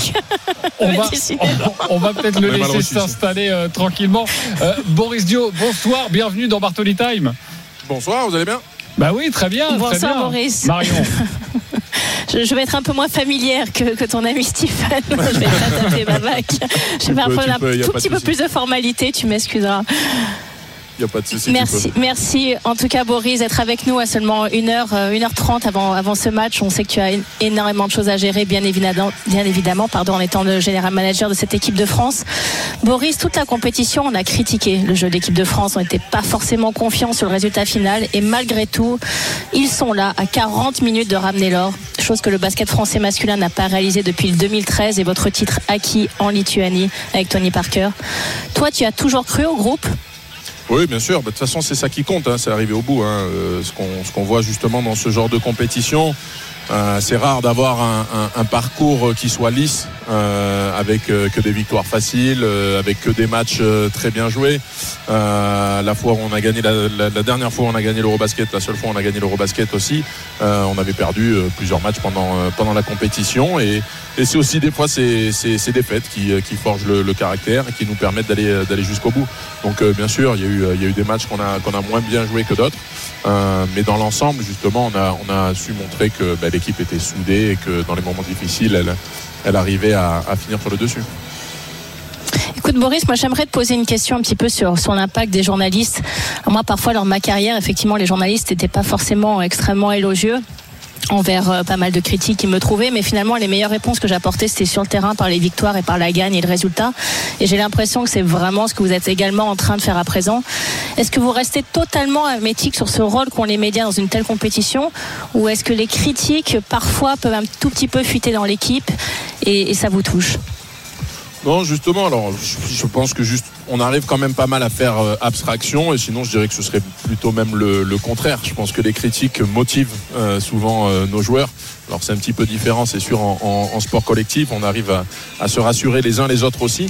on, va, on, on va peut-être le laisser s'installer euh, tranquillement. Euh, Boris Dio, bonsoir, bienvenue dans Bartoli Time. Bonsoir, vous allez bien? Bah oui, très bien. Bonsoir, très bien. Maurice. Marion. Je, je vais être un peu moins familière que, que ton ami Stephen. Je vais pas taper Babac. Je vais faire un, peu, un tout petit peu plus de formalité, tu m'excuseras. Il n'y a pas de souci. Merci, merci en tout cas Boris d'être avec nous à seulement une heure, une heure trente avant, avant ce match. On sait que tu as énormément de choses à gérer, bien évidemment, bien évidemment pardon, en étant le général manager de cette équipe de France. Boris, toute la compétition, on a critiqué le jeu de l'équipe de France. On n'était pas forcément confiants sur le résultat final. Et malgré tout, ils sont là à quarante minutes de ramener l'or. Chose que le basket français masculin n'a pas réalisé depuis le deux mille treize et votre titre acquis en Lituanie avec Tony Parker. Toi, tu as toujours cru au groupe ? Oui, bien sûr. De toute façon, c'est ça qui compte. Hein. C'est arriver au bout. Hein. Euh, ce qu'on, ce qu'on voit justement dans ce genre de compétition, euh, c'est rare d'avoir un, un, un parcours qui soit lisse, euh, avec euh, que des victoires faciles, euh, avec que des matchs euh, très bien joués. Euh, la fois où on a gagné la, la, la dernière fois, on a gagné l'Eurobasket. La seule fois, on a gagné l'Eurobasket aussi. Euh, on avait perdu euh, plusieurs matchs pendant euh, pendant la compétition. Et, et c'est aussi des fois ces, ces, ces défaites qui, qui forgent le, le caractère et qui nous permettent d'aller d'aller jusqu'au bout. Donc euh, bien sûr, il y a eu il y a eu des matchs qu'on a qu'on a moins bien joué que d'autres. Euh, mais dans l'ensemble, justement, on a on a su montrer que bah, l'équipe était soudée et que dans les moments difficiles, elle elle arrivait à, à finir sur le dessus. Écoute Boris, moi j'aimerais te poser une question un petit peu sur, sur l'impact des journalistes. Alors, moi parfois lors de ma carrière, effectivement les journalistes n'étaient pas forcément extrêmement élogieux envers euh, pas mal de critiques qui me trouvaient, mais finalement les meilleures réponses que j'apportais c'était sur le terrain par les victoires et par la gagne et le résultat, et j'ai l'impression que c'est vraiment ce que vous êtes également en train de faire à présent. Est-ce que vous restez totalement hermétique sur ce rôle qu'ont les médias dans une telle compétition, ou est-ce que les critiques parfois peuvent un tout petit peu fuiter dans l'équipe et, et ça vous touche ? Non, justement, alors je, je pense que juste on arrive quand même pas mal à faire euh, abstraction, et sinon je dirais que ce serait plutôt même le, le contraire. Je pense que les critiques motivent euh, souvent euh, nos joueurs. Alors c'est un petit peu différent, c'est sûr, en, en, en sport collectif, on arrive à, à se rassurer les uns les autres aussi.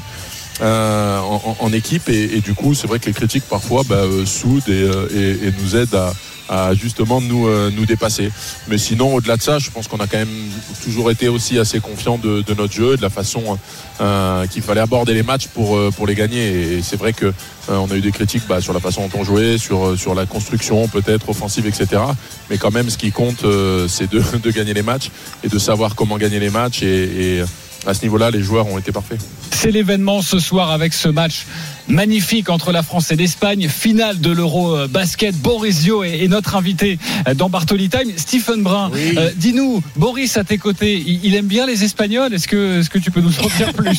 Euh, en, en équipe, et, et du coup c'est vrai que les critiques parfois bah, euh, soudent et, euh, et, et nous aident à, à justement nous, euh, nous dépasser. Mais sinon, au-delà de ça, je pense qu'on a quand même toujours été aussi assez confiants de, de notre jeu et de la façon euh, qu'il fallait aborder les matchs pour, euh, pour les gagner. Et c'est vrai que euh, on a eu des critiques bah, sur la façon dont on jouait, sur, sur la construction peut-être offensive, et cetera. Mais quand même, ce qui compte, euh, c'est de, de gagner les matchs et de savoir comment gagner les matchs, et, et à ce niveau-là, les joueurs ont été parfaits. C'est l'événement ce soir avec ce match magnifique entre la France et l'Espagne, finale de l'Euro basket. Boris Dio est notre invité dans Bartoli Time. Stephen Brun, oui. euh, dis-nous, Boris à tes côtés, il, il aime bien les Espagnols. Est-ce que, est-ce que tu peux nous en dire plus?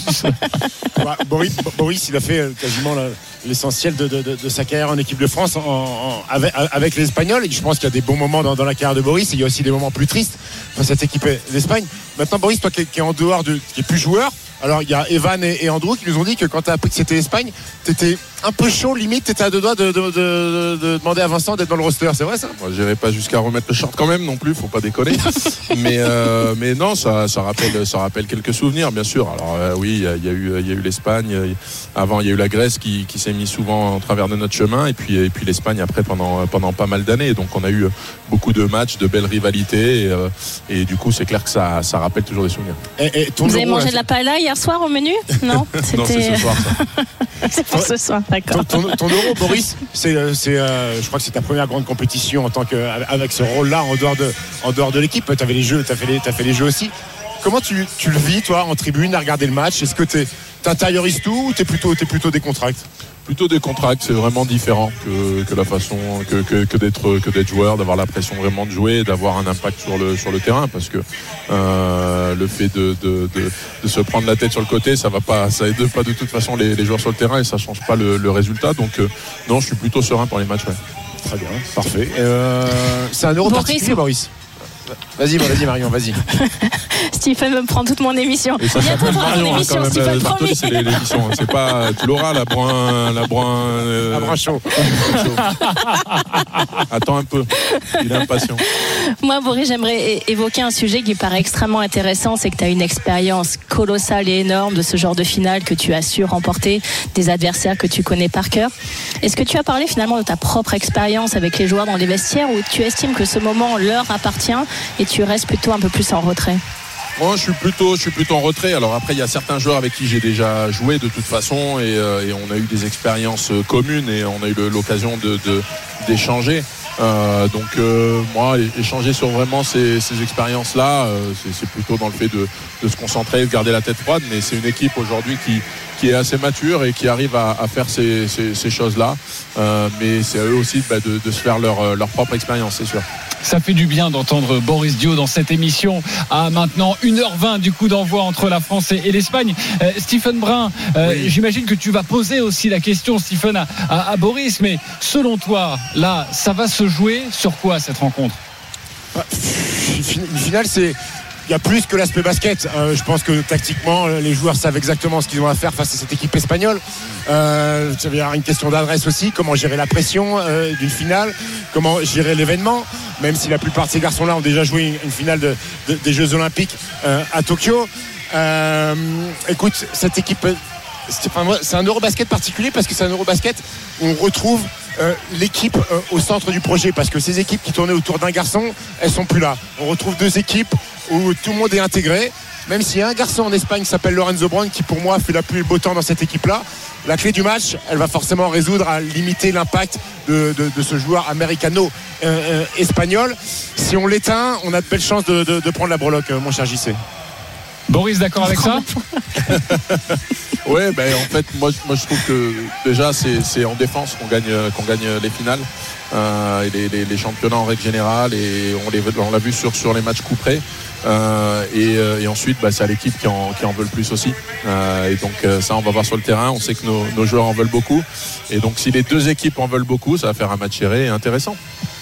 bah, Boris, Boris, il a fait quasiment l'essentiel de, de, de, de sa carrière en équipe de France en, en, avec, avec les Espagnols. Et je pense qu'il y a des bons moments dans, dans la carrière de Boris, et il y a aussi des moments plus tristes dans cette équipe d'Espagne. Maintenant, Boris, toi qui es, qui est en dehors, de, qui est plus joueur, alors il y a Evan et, et Andrew qui nous ont dit que quand tu as appris que c'était l'Espagne, tu étais un peu chaud, limite, tu étais à deux doigts de, de, de, de, de demander à Vincent d'être dans le roster, c'est vrai ça? Moi, je n'irai pas jusqu'à remettre le short quand même non plus, faut pas déconner. mais, euh, mais non, ça, ça, rappelle, ça rappelle quelques souvenirs, bien sûr. Alors euh, oui, il y, y, y a eu l'Espagne, avant il y a eu la Grèce qui, qui s'est mise souvent en travers de notre chemin, et puis, et puis l'Espagne après pendant, pendant pas mal d'années. Donc on a eu beaucoup de matchs, de belles rivalités, et, euh, et du coup c'est clair que ça, ça rappelle toujours des souvenirs. Et, et Vous avez mangé là, de la paella hier soir au menu? Non, non, c'est ce soir ça. C'est pour ce soir, d'accord. Ton, ton, ton euro, Boris, c'est, c'est, euh, je crois que c'est ta première grande compétition en tant que, avec ce rôle-là en dehors de, en dehors de l'équipe. Tu avais les jeux, tu as fait les, t'as fait les jeux aussi. Comment tu, tu le vis, toi, en tribune, à regarder le match? Est-ce que tu intériorises tout ou tu es plutôt, t'es plutôt décontracté? Plutôt des contracts, c'est vraiment différent que, que la façon que, que, que d'être que d'être joueur, d'avoir la pression vraiment de jouer, d'avoir un impact sur le sur le terrain, parce que euh, le fait de, de, de, de se prendre la tête sur le côté, ça va pas, ça aide pas de toute façon les, les joueurs sur le terrain, et ça change pas le, le résultat. Donc euh, non, je suis plutôt serein pour les matchs. Ouais. Très bien, parfait. Euh, c'est un euro Boris, particulier, Boris. Vas-y, vas-y Marion, vas-y. Stephen me prend toute mon émission. Et ça s'appelle Marion, hein, quand même. Stephen, Bartoli, c'est l'émission. C'est pas, tu l'auras, la brun, la brun, euh, la brun chaud. Attends un peu. Il est impatient. Moi, Boris, j'aimerais évoquer un sujet qui paraît extrêmement intéressant. C'est que tu as une expérience colossale et énorme de ce genre de finale, que tu as su remporter des adversaires que tu connais par cœur. Est-ce que tu as parlé finalement de ta propre expérience avec les joueurs dans les vestiaires, ou tu estimes que ce moment leur appartient et tu restes plutôt un peu plus en retrait? Moi, je suis plutôt, je suis plutôt en retrait. Alors après, il y a certains joueurs avec qui j'ai déjà joué de toute façon, et, euh, et on a eu des expériences communes, et on a eu l'occasion de, de, d'échanger. Euh, donc euh, moi, échanger sur vraiment ces, ces expériences-là, euh, c'est, c'est plutôt dans le fait de, de se concentrer, de garder la tête froide. Mais c'est une équipe aujourd'hui qui, qui qui est assez mature et qui arrive à, à faire ces, ces, ces choses-là. Euh, mais c'est à eux aussi bah, de, de se faire leur, leur propre expérience, c'est sûr. Ça fait du bien d'entendre Boris Dio dans cette émission à maintenant une heure vingt du coup d'envoi entre la France et, et l'Espagne. Euh, Stephen Brun, euh, oui. J'imagine que tu vas poser aussi la question, Stephen, à, à, à Boris, mais selon toi, là, ça va se jouer sur quoi cette rencontre ? Une finale, c'est... Il y a plus que l'aspect basket. Euh, je pense que tactiquement, les joueurs savent exactement ce qu'ils ont à faire face à cette équipe espagnole. Euh, il y a une question d'adresse aussi. Comment gérer la pression euh, d'une finale ? Comment gérer l'événement ? Même si la plupart de ces garçons-là ont déjà joué une, une finale de, de, des Jeux Olympiques euh, à Tokyo. Euh, écoute, cette équipe, c'est, enfin, c'est un Eurobasket particulier parce que c'est un Eurobasket où on retrouve Euh, l'équipe euh, au centre du projet, parce que ces équipes qui tournaient autour d'un garçon, elles sont plus là. On retrouve deux équipes où tout le monde est intégré, même s'il y a un garçon en Espagne qui s'appelle Lorenzo Brown qui pour moi fait la pluie et le beau temps dans cette équipe là. La clé du match, elle va forcément résoudre à limiter l'impact de, de, de ce joueur américano euh, euh, espagnol. Si on l'éteint, on a de belles chances de, de, de prendre la breloque, mon cher J C. Boris, d'accord avec ça? Ouais, ben en fait, moi, moi je trouve que déjà c'est, c'est en défense qu'on gagne, qu'on gagne les finales, euh, et les, les, les championnats en règle générale, et on, les, on l'a vu sur, sur les matchs coup près. Euh, et, et ensuite, bah, c'est à l'équipe qui en, qui en veut le plus aussi. Euh, et donc ça, on va voir sur le terrain. On sait que nos, nos joueurs en veulent beaucoup. Et donc, si les deux équipes en veulent beaucoup, ça va faire un match serré et intéressant.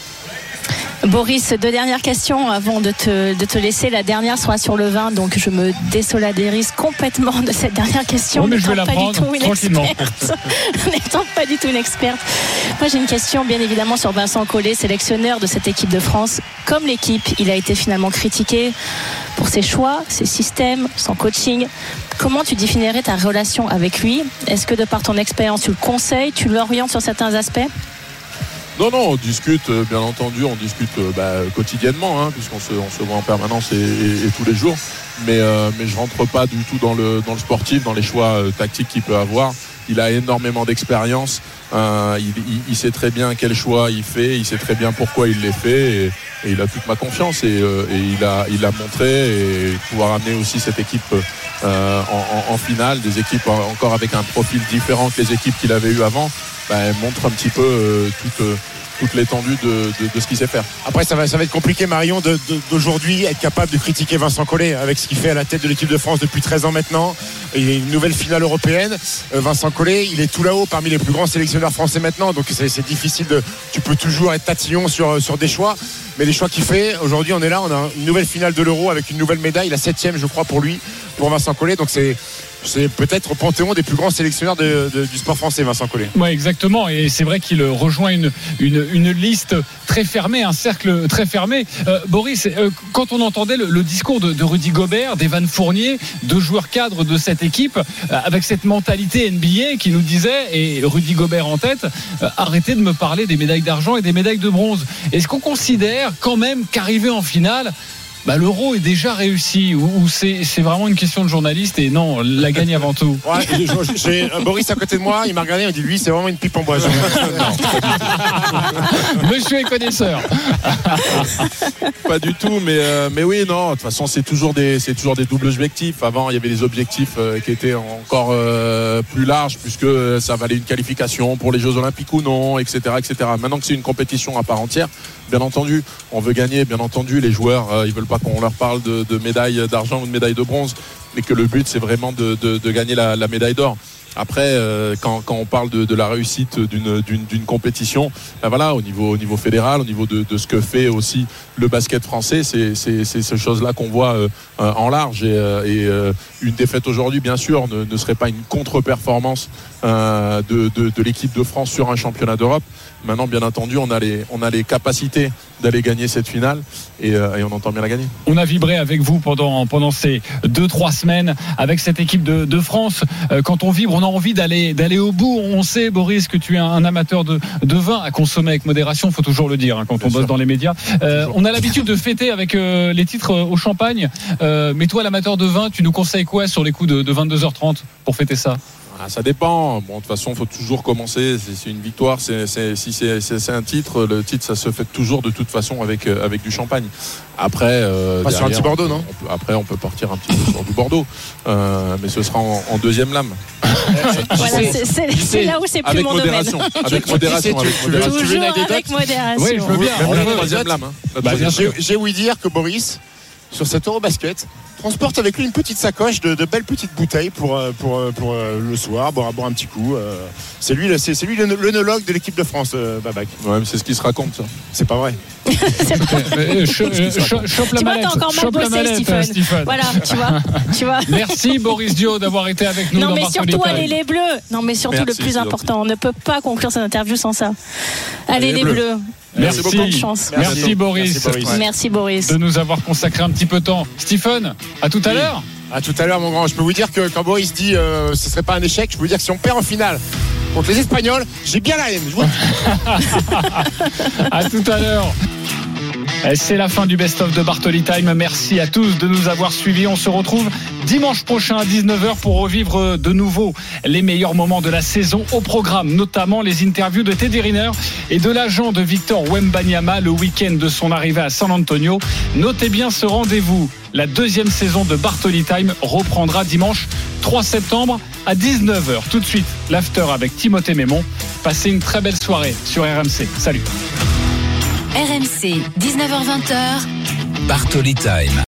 Boris, deux dernières questions avant de te, de te laisser. La dernière sera sur le vin, donc je me désolidarise complètement de cette dernière question. Oh, mais je vais la pas prendre du tout une tranquillement. experte. N'étant pas du tout une experte. Moi, j'ai une question, bien évidemment, sur Vincent Collet, sélectionneur de cette équipe de France. Comme l'équipe, il a été finalement critiqué pour ses choix, ses systèmes, son coaching. Comment tu définirais ta relation avec lui? Est-ce que de par ton expérience, tu le conseilles, tu l'orientes sur certains aspects? Non, non, on discute, bien entendu, on discute bah, quotidiennement, hein, puisqu'on se, on se voit en permanence et, et, et tous les jours. Mais, euh, mais je rentre pas du tout dans le, dans le sportif, dans les choix euh, tactiques qu'il peut avoir. Il a énormément d'expérience. Euh, il, il, il sait très bien quel choix il fait. Il sait très bien pourquoi il les fait. Et, et il a toute ma confiance. Et, euh, et il a, il a montré et pouvoir amener aussi cette équipe euh, en, en, en finale, des équipes encore avec un profil différent que les équipes qu'il avait eues avant. Bah, elle montre un petit peu euh, toute, euh, toute l'étendue de, de, de ce qu'il sait faire. Après, ça va, ça va être compliqué, Marion, de, de, d'aujourd'hui être capable de critiquer Vincent Collet avec ce qu'il fait à la tête de l'équipe de France depuis treize ans maintenant. Il y a une nouvelle finale européenne. Euh, Vincent Collet, il est tout là-haut parmi les plus grands sélectionneurs français maintenant. Donc c'est, c'est difficile de. Tu peux toujours être tatillon sur, sur des choix. Mais les choix qu'il fait, aujourd'hui, on est là, on a une nouvelle finale de l'Euro avec une nouvelle médaille, la septième, je crois, pour lui, pour Vincent Collet. Donc c'est. C'est peut-être au panthéon des plus grands sélectionneurs de, de, du sport français, Vincent Collet. Oui, exactement. Et c'est vrai qu'il rejoint une, une, une liste très fermée, un cercle très fermé. Euh, Boris, euh, quand on entendait le, le discours de, de Rudy Gobert, d'Evan Fournier, deux joueurs cadres de cette équipe, euh, avec cette mentalité N B A qui nous disait, et Rudy Gobert en tête, euh, arrêtez de me parler des médailles d'argent et des médailles de bronze. Est-ce qu'on considère quand même qu'arriver en finale, bah, l'Euro est déjà réussi, ou, ou c'est, c'est vraiment une question de journaliste et non, la gagne avant tout? Ouais, j'ai, j'ai Boris à côté de moi, il m'a regardé, il m'a dit lui c'est vraiment une pipe en bois. Monsieur est connaisseur. Pas du tout, mais, euh, mais oui, non, de toute façon c'est toujours des, c'est toujours des doubles objectifs. Avant il y avait des objectifs euh, qui étaient encore euh, plus larges, puisque ça valait une qualification pour les Jeux Olympiques ou non, et cetera, et cetera. Maintenant que c'est une compétition à part entière, bien entendu, on veut gagner, bien entendu, les joueurs, euh, ils veulent pas qu'on leur parle de, de médaille d'argent ou de médaille de bronze, mais que le but c'est vraiment de, de, de gagner la, la médaille d'or. Après, euh, quand, quand on parle de, de la réussite d'une, d'une, d'une compétition, ben voilà, au niveau, au niveau fédéral, au niveau de, de ce que fait aussi le basket français, c'est, c'est, c'est ces choses-là qu'on voit euh, en large. Et, euh, et euh, une défaite aujourd'hui, bien sûr, ne, ne serait pas une contre-performance euh, de, de, de l'équipe de France sur un championnat d'Europe. Maintenant, bien entendu, on a les, on a les capacités d'aller gagner cette finale et, euh, et on entend bien la gagner. On a vibré avec vous pendant, pendant ces deux, trois semaines avec cette équipe de, de France. Euh, quand on vibre, on a envie d'aller, d'aller au bout. On sait, Boris, que tu es un amateur de, de vin à consommer avec modération, il faut toujours le dire hein, quand bien on bosse sûr. Dans les médias. Euh, on a l'habitude de fêter avec euh, les titres au champagne. Euh, mais toi, l'amateur de vin, tu nous conseilles quoi sur les coups de, de vingt-deux heures trente pour fêter ça? Ah, ça dépend. Bon, de toute façon, il faut toujours commencer. C'est, c'est une victoire. C'est, c'est, si c'est, c'est, c'est un titre, le titre, ça se fait toujours de toute façon avec, euh, avec du champagne. Après, euh, pas derrière, sur un petit Bordeaux, non on peut, après, on peut partir un petit peu sur du Bordeaux. Euh, mais ce sera en, en deuxième lame. Voilà, c'est, c'est, c'est là où c'est plus avec mon modération, domaine. Avec modération. Tu, tu, tu, avec modération. tu veux une anecdote? Avec modération. Oui, je veux bien. Même la troisième lame. Hein. La Bah, troisième j'ai, lame. j'ai ouï dire que Boris, sur cet Eurobasket, transporte avec lui une petite sacoche de, de belles petites bouteilles pour, pour, pour, pour le soir, boire, boire un petit coup. C'est lui, c'est, c'est lui l'œnologue de l'équipe de France, Babac. Ouais, mais c'est ce qui se raconte, ça. C'est pas vrai. Chope la mallette. Chope la mallette, Stephen. Voilà, tu vois, tu vois. Merci Boris Dio d'avoir été avec nous. Non, dans mais Bartoli surtout, Time. allez les Bleus. Non, mais surtout, Merci, le plus important, on ne peut pas conclure cette interview sans ça. Allez, Allez, les Bleus. Bleus. Merci, Merci Bonne chance. Merci, Merci, Boris, Merci, Boris. Ouais. Merci, Boris. de nous avoir consacré un petit peu de temps. Stephen, à tout à Oui. l'heure. À tout à l'heure, mon grand. Je peux vous dire que quand Boris dit euh, ce serait pas un échec, je peux vous dire que si on perd en finale contre les Espagnols, j'ai bien la haine. Je vous... À tout à l'heure. Et c'est la fin du best-of de Bartoli Time. Merci à tous de nous avoir suivis. On se retrouve dimanche prochain à dix-neuf heures pour revivre de nouveau les meilleurs moments de la saison au programme, notamment les interviews de Teddy Riner et de l'agent de Victor Wembanyama le week-end de son arrivée à San Antonio. Notez bien ce rendez-vous. La deuxième saison de Bartoli Time reprendra dimanche trois septembre à dix-neuf heures. Tout de suite, l'after avec Timothée Mémon. Passez une très belle soirée sur R M C. Salut. R M C, dix-neuf heures vingt. Bartoli Time.